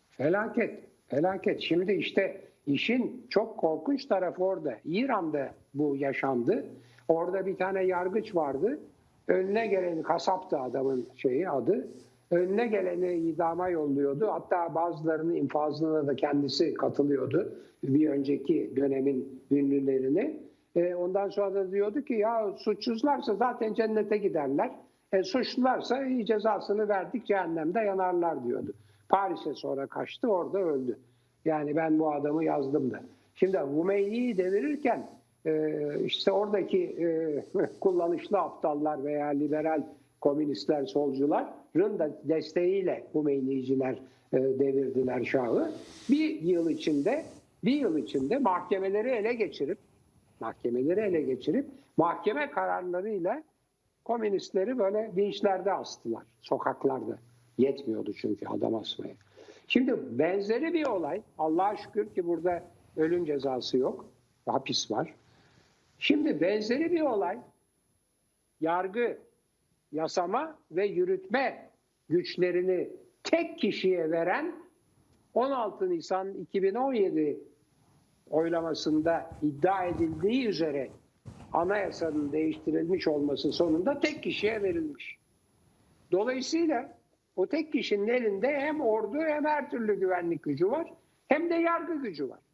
Felaket. Felaket. Şimdi işte işin çok korkunç tarafı orada. İran'da bu yaşandı. Orada bir tane yargıç vardı. Önüne geleni, kasaptı adamın adı. Önüne geleni idama yolluyordu. Hatta bazılarının infazına da kendisi katılıyordu. Bir önceki dönemin ünlülerini. Ondan sonra da diyordu ki ya suçsuzlarsa zaten cennete giderler. Suçlularsa iyi cezasını verdik cehennemde yanarlar diyordu. Paris'e sonra kaçtı, orada öldü. Yani ben bu adamı yazdım da. Şimdi Hümeyni'yi devirirken işte oradaki kullanışlı aptallar veya liberal komünistler, solcuların da desteğiyle Hümeyniciler devirdiler Şah'ı. Bir yıl içinde mahkemeleri ele geçirip mahkeme kararlarıyla komünistleri böyle vinçlerde astılar sokaklarda. Yetmiyordu çünkü adam asmaya. Şimdi benzeri bir olay, Allah'a şükür ki burada ölüm cezası yok, hapis var. Şimdi benzeri bir olay, yargı, yasama ve yürütme güçlerini tek kişiye veren 16 Nisan 2017 oylamasında iddia edildiği üzere anayasanın değiştirilmiş olması sonunda tek kişiye verilmiş. Dolayısıyla o tek kişinin elinde hem ordu hem her türlü güvenlik gücü var, hem de yargı gücü var.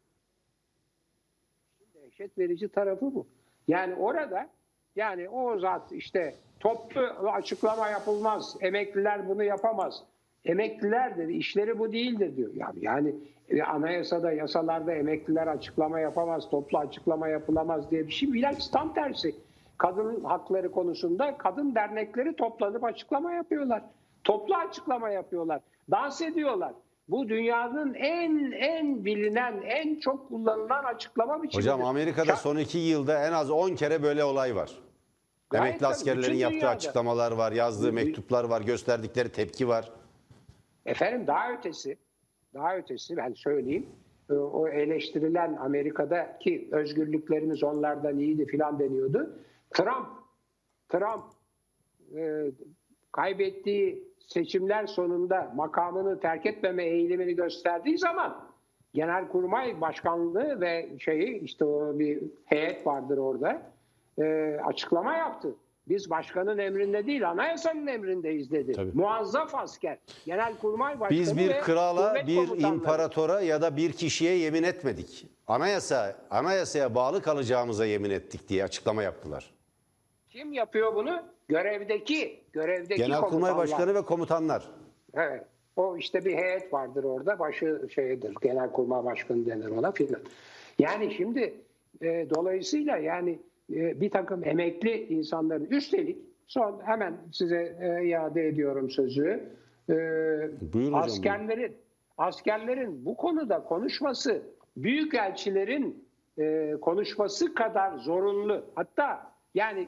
Dehşet verici tarafı bu. Yani orada, yani o zat işte toplu açıklama yapılmaz, emekliler bunu yapamaz. Emekliler dedi, işleri bu değildir diyor. Yani anayasada, yasalarda emekliler açıklama yapamaz, toplu açıklama yapılamaz diye bir şey. Bilakis tam tersi. Kadın hakları konusunda kadın dernekleri toplanıp açıklama yapıyorlar. Toplu açıklama yapıyorlar. Dans ediyorlar. Bu dünyanın en bilinen, en çok kullanılan açıklama biçimidir. Hocam Amerika'da son 2 yılda en az 10 kere böyle olay var. Emekli askerlerin yaptığı açıklamalar var, yazdığı mektuplar var, gösterdikleri tepki var. Efendim daha ötesi ben söyleyeyim. O eleştirilen Amerika'daki özgürlüklerimiz onlardan iyiydi filan deniyordu. Trump kaybettiği seçimler sonunda makamını terk etmeme eğilimini gösterdiği zaman Genelkurmay Başkanlığı ve işte o bir heyet vardır orada açıklama yaptı. Biz başkanın emrinde değil, anayasanın emrindeyiz dedi. Tabii. Muazzaf asker. Genelkurmay Başkanı Biz bir krala, bir komutanları. imparatora ya da bir kişiye yemin etmedik. Anayasaya bağlı kalacağımıza yemin ettik diye açıklama yaptılar. Kim yapıyor bunu? Görevdeki Genelkurmay Başkanı ve komutanlar. Evet. O işte bir heyet vardır orada. Başı Genelkurmay Başkanı denir ona filan. Yani şimdi dolayısıyla yani bir takım emekli insanların üstelik hemen size iade ediyorum sözü. Buyurun hocam. Askerlerin bu konuda konuşması büyükelçilerin konuşması kadar zorunlu. Hatta yani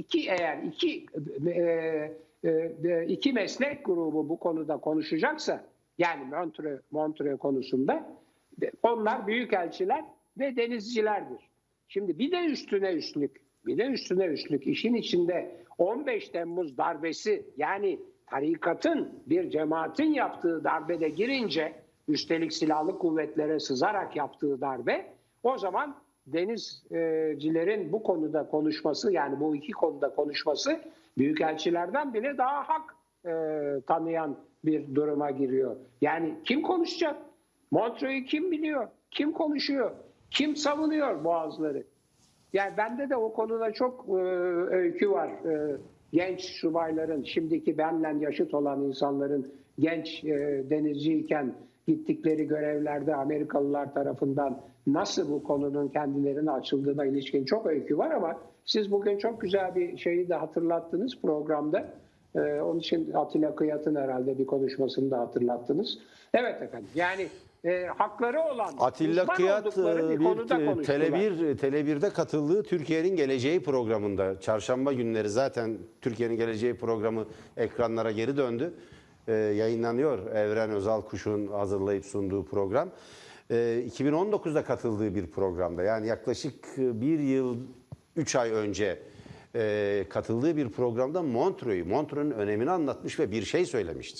iki meslek grubu bu konuda konuşacaksa, yani Montreux konusunda, onlar büyükelçiler ve denizcilerdir. Şimdi bir de üstüne üstlük işin içinde 15 Temmuz darbesi, yani tarikatın, bir cemaatin yaptığı darbede girince, üstelik silahlı kuvvetlere sızarak yaptığı darbe, o zaman denizcilerin bu konuda konuşması, yani bu iki konuda konuşması büyükelçilerden bile daha hak tanıyan bir duruma giriyor. Yani kim konuşacak? Montreux'u kim biliyor? Kim konuşuyor? Kim savunuyor boğazları? Yani bende de o konuda çok öykü var. Genç subayların, şimdiki benle yaşıt olan insanların genç denizciyken gittikleri görevlerde Amerikalılar tarafından nasıl bu konunun kendilerine açıldığına ilişkin çok öykü var, ama siz bugün çok güzel bir şeyi de hatırlattınız programda. Onun için Atilla Kıyat'ın herhalde bir konuşmasını da hatırlattınız. Evet efendim, yani hakları olan, Atilla Kıyat bir Tele1 Tele1'de katıldığı Türkiye'nin Geleceği programında, çarşamba günleri zaten Türkiye'nin Geleceği programı ekranlara geri döndü. Yayınlanıyor, Evren Özal Kuş'un hazırlayıp sunduğu program. 2019'da katıldığı bir programda, yani yaklaşık 1 yıl 3 ay önce katıldığı bir programda Montreux'un önemini anlatmış ve bir şey söylemişti.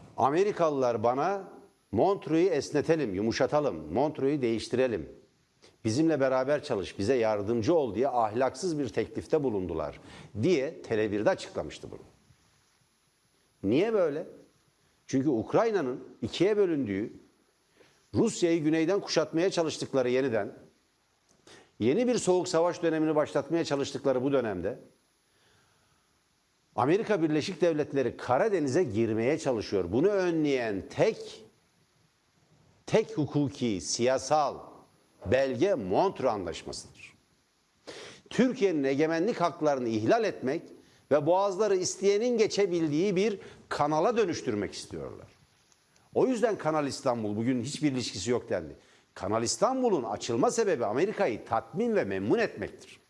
Amerikalılar bana Montreux'u esnetelim, yumuşatalım, Montreux'u değiştirelim. bizimle beraber çalış, bize yardımcı ol diye ahlaksız bir teklifte bulundular diye Tele1'de açıklamıştı bunu. Niye böyle? Çünkü Ukrayna'nın ikiye bölündüğü, Rusya'yı güneyden kuşatmaya çalıştıkları yeniden, yeni bir soğuk savaş dönemini başlatmaya çalıştıkları bu dönemde, Amerika Birleşik Devletleri Karadeniz'e girmeye çalışıyor. Bunu önleyen tek hukuki, siyasal belge Montreux Anlaşması'dır. Türkiye'nin egemenlik haklarını ihlal etmek ve boğazları isteyenin geçebildiği bir kanala dönüştürmek istiyorlar. O yüzden Kanal İstanbul bugün hiçbir ilişkisi yok dendi. Kanal İstanbul'un açılma sebebi Amerika'yı tatmin ve memnun etmektir.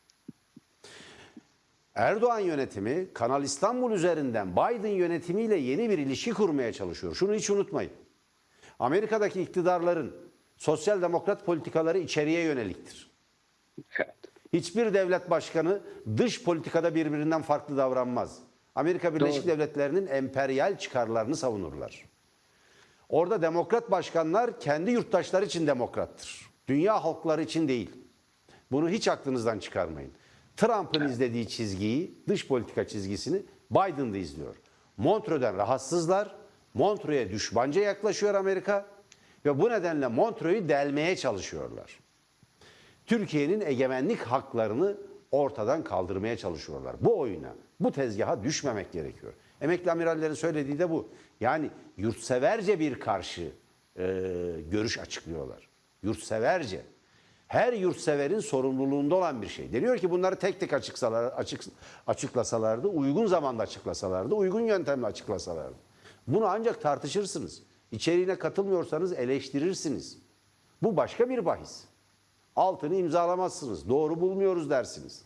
Erdoğan yönetimi Kanal İstanbul üzerinden Biden yönetimiyle yeni bir ilişki kurmaya çalışıyor. Şunu hiç unutmayın. Amerika'daki iktidarların sosyal demokrat politikaları içeriye yöneliktir. Evet. Hiçbir devlet başkanı dış politikada birbirinden farklı davranmaz. Amerika Birleşik Devletleri'nin emperyal çıkarlarını savunurlar. Orada demokrat başkanlar kendi yurttaşları için demokrattır. Dünya halkları için değil. Bunu hiç aklınızdan çıkarmayın. Trump'ın izlediği çizgiyi, dış politika çizgisini Biden da izliyor. Montreux'den rahatsızlar. Montreux'e düşmanca yaklaşıyor Amerika ve bu nedenle Montreux'u delmeye çalışıyorlar. Türkiye'nin egemenlik haklarını ortadan kaldırmaya çalışıyorlar. Bu oyuna, bu tezgaha düşmemek gerekiyor. Emekli amirallerin söylediği de bu. Yani yurtseverce bir karşı görüş açıklıyorlar. Yurtseverce. Her yurtseverin sorumluluğunda olan bir şey. Deniyor ki bunları tek tek açıklasalardı, uygun zamanda açıklasalardı, uygun yöntemle açıklasalardı. Bunu ancak tartışırsınız. İçeriğine katılmıyorsanız eleştirirsiniz. Bu başka bir bahis. Altını imzalamazsınız. Doğru bulmuyoruz dersiniz.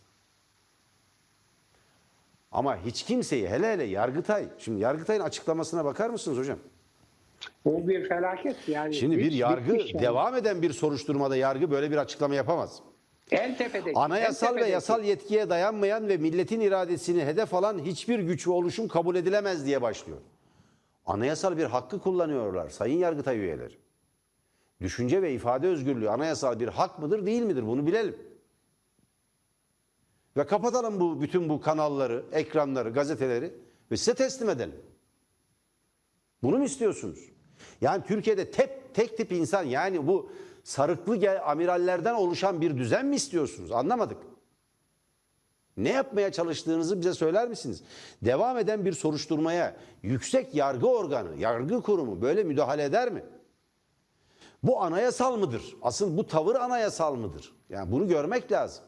Ama hiç kimseyi hele Yargıtay, şimdi Yargıtay'ın açıklamasına bakar mısınız hocam? O bir felaket yani. Şimdi bir yargı, bitmiş yani. devam eden bir soruşturmada yargı böyle bir açıklama yapamaz. En tepedeki. Anayasal en ve tepedeki. yasal yetkiye dayanmayan ve milletin iradesini hedef alan hiçbir güç ve oluşum kabul edilemez diye başlıyor. Anayasal bir hakkı kullanıyorlar Sayın Yargıtay üyeleri. Düşünce ve ifade özgürlüğü anayasal bir hak mıdır değil midir bunu bilelim. Ve kapatalım bütün bu kanalları, ekranları, gazeteleri ve size teslim edelim. Bunu mu istiyorsunuz? Yani Türkiye'de tek tip insan, yani bu sarıklı amirallerden oluşan bir düzen mi istiyorsunuz? Anlamadık. Ne yapmaya çalıştığınızı bize söyler misiniz? Devam eden bir soruşturmaya yüksek yargı organı, yargı kurumu böyle müdahale eder mi? Bu anayasal mıdır? Asıl bu tavır anayasal mıdır? Yani bunu görmek lazım.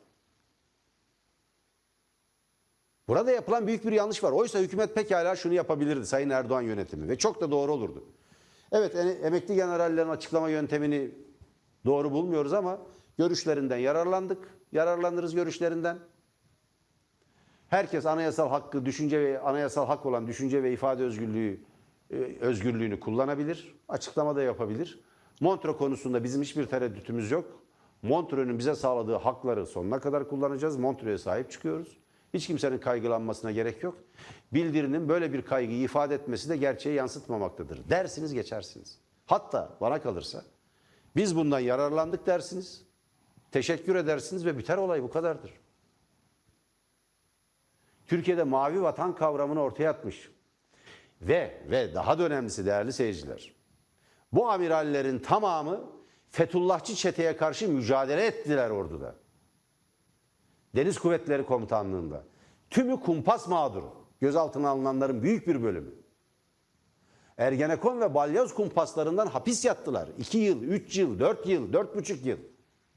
Burada yapılan büyük bir yanlış var. Oysa hükümet pekala şunu yapabilirdi Sayın Erdoğan yönetimi ve çok da doğru olurdu. Evet, emekli generallerin açıklama yöntemini doğru bulmuyoruz ama görüşlerinden yararlandık. Yararlanırız görüşlerinden. Herkes anayasal hakkı, anayasal hak olan düşünce ve ifade özgürlüğünü kullanabilir. Açıklama da yapabilir. Montreux konusunda bizim hiçbir tereddütümüz yok. Montreux'un bize sağladığı hakları sonuna kadar kullanacağız. Montreux'e sahip çıkıyoruz. Hiç kimsenin kaygılanmasına gerek yok. Bildirinin böyle bir kaygıyı ifade etmesi de gerçeği yansıtmamaktadır. Dersiniz geçersiniz. Hatta bana kalırsa biz bundan yararlandık dersiniz. Teşekkür edersiniz ve biter olay, bu kadardır. Türkiye'de mavi vatan kavramını ortaya atmış. Ve daha da önemlisi değerli seyirciler, bu amirallerin tamamı Fethullahçı çeteye karşı mücadele ettiler orduda. Deniz Kuvvetleri Komutanlığı'nda. Tümü kumpas mağduru. Gözaltına alınanların büyük bir bölümü. Ergenekon ve balyoz kumpaslarından hapis yattılar. 2 yıl, 3 yıl, 4 yıl, 4,5 yıl.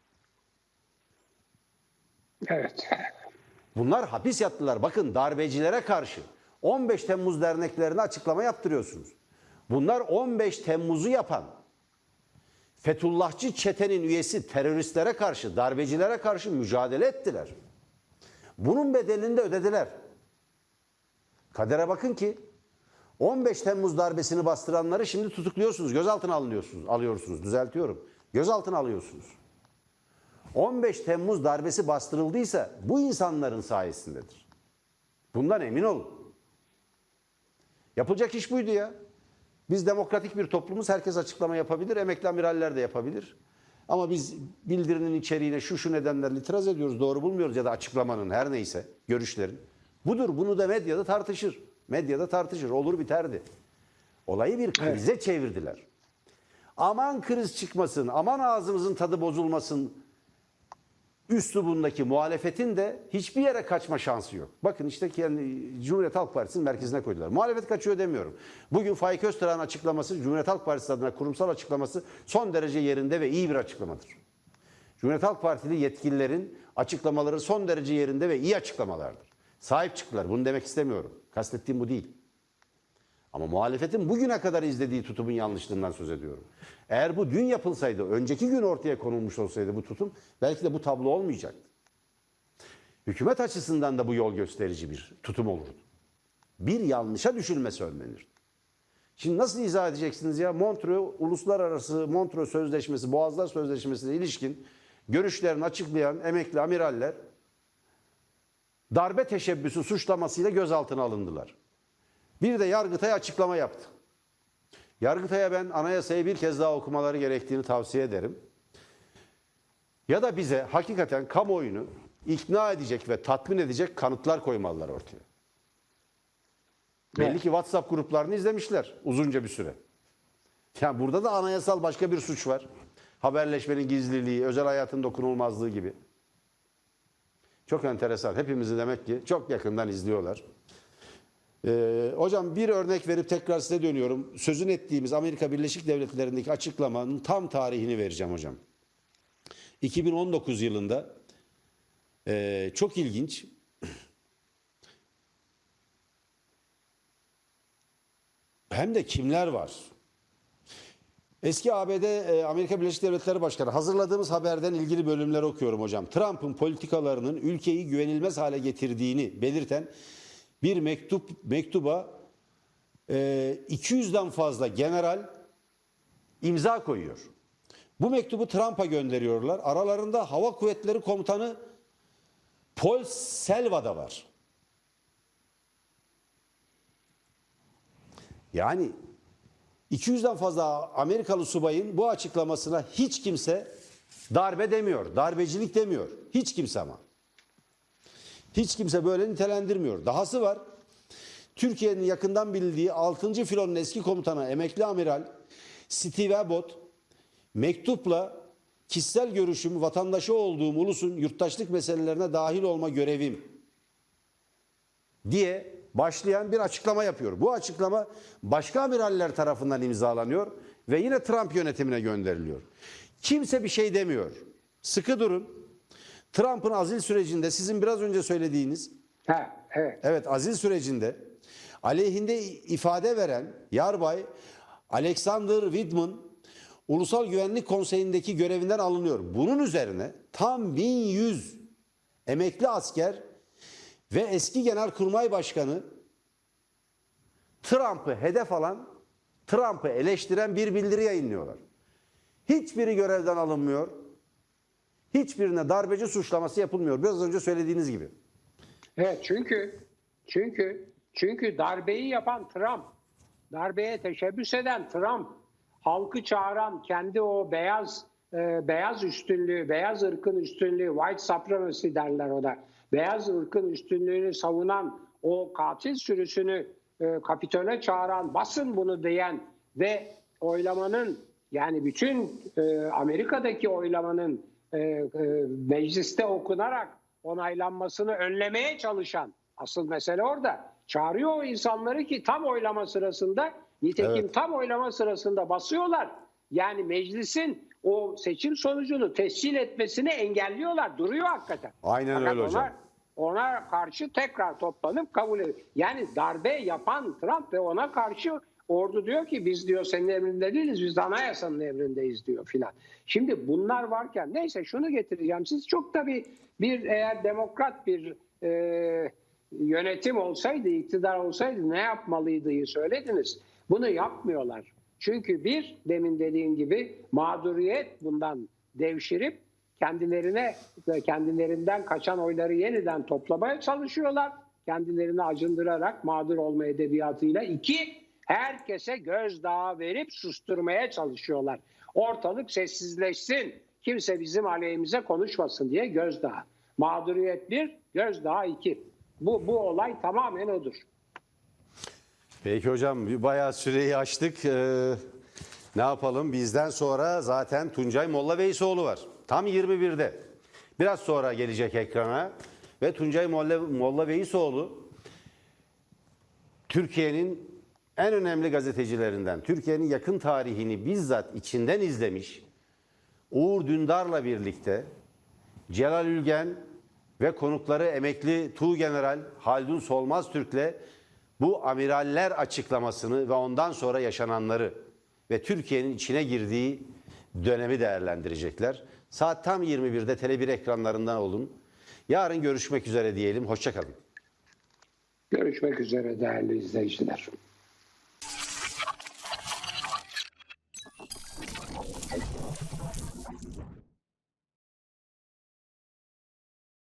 Evet. Bunlar hapis yattılar. Bakın, darbecilere karşı 15 Temmuz derneklerine açıklama yaptırıyorsunuz. Bunlar 15 Temmuz'u yapan Fethullahçı çetenin üyesi teröristlere karşı, darbecilere karşı mücadele ettiler. Bunun bedelini de ödediler. Kadere bakın ki 15 Temmuz darbesini bastıranları şimdi tutukluyorsunuz, gözaltına alıyorsunuz, düzeltiyorum. Gözaltına alıyorsunuz. 15 Temmuz darbesi bastırıldıysa bu insanların sayesindedir. Bundan emin olun. Yapılacak iş buydu ya. Biz demokratik bir toplumuz, herkes açıklama yapabilir, emekli amiraller de yapabilir. Ama biz bildirinin içeriğine şu nedenlerle itiraz ediyoruz, doğru bulmuyoruz ya da açıklamanın her neyse görüşlerin. Budur, bunu da medyada tartışır. Medyada tartışır, olur biterdi. Olayı bir krize çevirdiler. Aman kriz çıkmasın, aman ağzımızın tadı bozulmasın üslubundaki muhalefetin de hiçbir yere kaçma şansı yok. Bakın işte Cumhuriyet Halk Partisi'nin merkezine koydular. Muhalefet kaçıyor demiyorum. Bugün Faik Öztürk'ün açıklaması, Cumhuriyet Halk Partisi adına kurumsal açıklaması son derece yerinde ve iyi bir açıklamadır. Cumhuriyet Halk Partili yetkililerin açıklamaları son derece yerinde ve iyi açıklamalardır. Sahip çıktılar. Bunu demek istemiyorum. Kastettiğim bu değil. Ama muhalefetin bugüne kadar izlediği tutumun yanlışlığından söz ediyorum. Eğer bu dün yapılsaydı, önceki gün ortaya konulmuş olsaydı bu tutum, belki de bu tablo olmayacaktı. Hükümet açısından da bu yol gösterici bir tutum olurdu. Bir yanlışa düşülmesi önlenir. Şimdi nasıl izah edeceksiniz ya? Montreux, Uluslararası Montreux Sözleşmesi, Boğazlar Sözleşmesi'ne ilişkin görüşlerini açıklayan emekli amiraller darbe teşebbüsü suçlamasıyla gözaltına alındılar. Bir de Yargıtay açıklama yaptı. Yargıtay'a ben anayasayı bir kez daha okumaları gerektiğini tavsiye ederim. Ya da bize hakikaten kamuoyunu ikna edecek ve tatmin edecek kanıtlar koymalılar ortaya. Belli ki WhatsApp gruplarını izlemişler uzunca bir süre. Yani burada da anayasal başka bir suç var. Haberleşmenin gizliliği, özel hayatın dokunulmazlığı gibi. Çok enteresan. Hepimizi demek ki çok yakından izliyorlar. Hocam bir örnek verip tekrar size dönüyorum. Sözünü ettiğimiz Amerika Birleşik Devletleri'ndeki açıklamanın tam tarihini vereceğim hocam. 2019 yılında çok ilginç. Hem de kimler var? Eski ABD Amerika Birleşik Devletleri Başkanı, hazırladığımız haberden ilgili bölümleri okuyorum hocam. Trump'ın politikalarının ülkeyi güvenilmez hale getirdiğini belirten bir mektuba 200'den fazla general imza koyuyor. Bu mektubu Trump'a gönderiyorlar. Aralarında Hava Kuvvetleri Komutanı Paul Selva da var. Yani 200'den fazla Amerikalı subayın bu açıklamasına hiç kimse darbe demiyor, darbecilik demiyor. Hiç kimse ama. Hiç kimse böyle nitelendirmiyor. Dahası var. Türkiye'nin yakından bildiği 6. Filonun eski komutanı emekli amiral Steve Abbott mektupla kişisel görüşüm, vatandaşı olduğum ulusun yurttaşlık meselelerine dahil olma görevim diye başlayan bir açıklama yapıyor. Bu açıklama başka amiraller tarafından imzalanıyor ve yine Trump yönetimine gönderiliyor. Kimse bir şey demiyor. Sıkı durun. Trump'ın azil sürecinde sizin biraz önce söylediğiniz evet azil sürecinde aleyhinde ifade veren Yarbay Alexander Widman Ulusal Güvenlik Konseyi'ndeki görevinden alınıyor. Bunun üzerine tam 1100 emekli asker ve eski Genelkurmay Başkanı Trump'ı hedef alan, Trump'ı eleştiren bir bildiri yayınlıyorlar. Hiçbiri görevden alınmıyor. Hiçbirine darbeci suçlaması yapılmıyor. Biraz önce söylediğiniz gibi. Evet, çünkü darbeyi yapan Trump, darbeye teşebbüs eden Trump, halkı çağıran, kendi o beyaz üstünlüğü, beyaz ırkın üstünlüğü, white supremacy derler ona. Beyaz ırkın üstünlüğünü savunan o katil sürüsünü Kapitol'e çağıran, basın bunu diyen ve oylamanın, yani bütün Amerika'daki oylamanın mecliste okunarak onaylanmasını önlemeye çalışan, asıl mesele orada. Çağırıyor o insanları ki tam oylama sırasında, nitekim tam oylama sırasında basıyorlar. Yani meclisin o seçim sonucunu tescil etmesini engelliyorlar. Duruyor hakikaten. Aynen fakat öyle hocam. Ona karşı tekrar toplanıp kabul ediyor. Yani darbe yapan Trump ve ona karşı ordu diyor ki biz diyor senin emrinde değiliz, biz anayasanın emrindeyiz diyor filan. Şimdi bunlar varken neyse şunu getireceğim. Siz çok tabii eğer demokrat bir yönetim olsaydı, iktidar olsaydı ne yapmalıydı'yı söylediniz. Bunu yapmıyorlar. Çünkü demin dediğim gibi mağduriyet bundan devşirip kendilerinden kaçan oyları yeniden toplamaya çalışıyorlar. Kendilerini acındırarak mağdur olma edebiyatıyla. 2, herkese gözdağı verip susturmaya çalışıyorlar. Ortalık sessizleşsin. kimse bizim aleyhimize konuşmasın diye gözdağı. Mağduriyet 1, gözdağı 2. Bu olay tamamen odur. Peki hocam, bayağı süreyi aştık. Ne yapalım? Bizden sonra zaten Tuncay Molla Veysoğlu var. Tam 21'de. Biraz sonra gelecek ekrana. Ve Tuncay Molla Veysoğlu Türkiye'nin en önemli gazetecilerinden, Türkiye'nin yakın tarihini bizzat içinden izlemiş, Uğur Dündar'la birlikte Celal Ülgen ve konukları emekli Tuğgeneral Haldun Solmaz Türk'le bu amiraller açıklamasını ve ondan sonra yaşananları ve Türkiye'nin içine girdiği dönemi değerlendirecekler. Saat tam 21'de Tele1 ekranlarından olun. Yarın görüşmek üzere diyelim. Hoşça kalın. Görüşmek üzere değerli izleyiciler.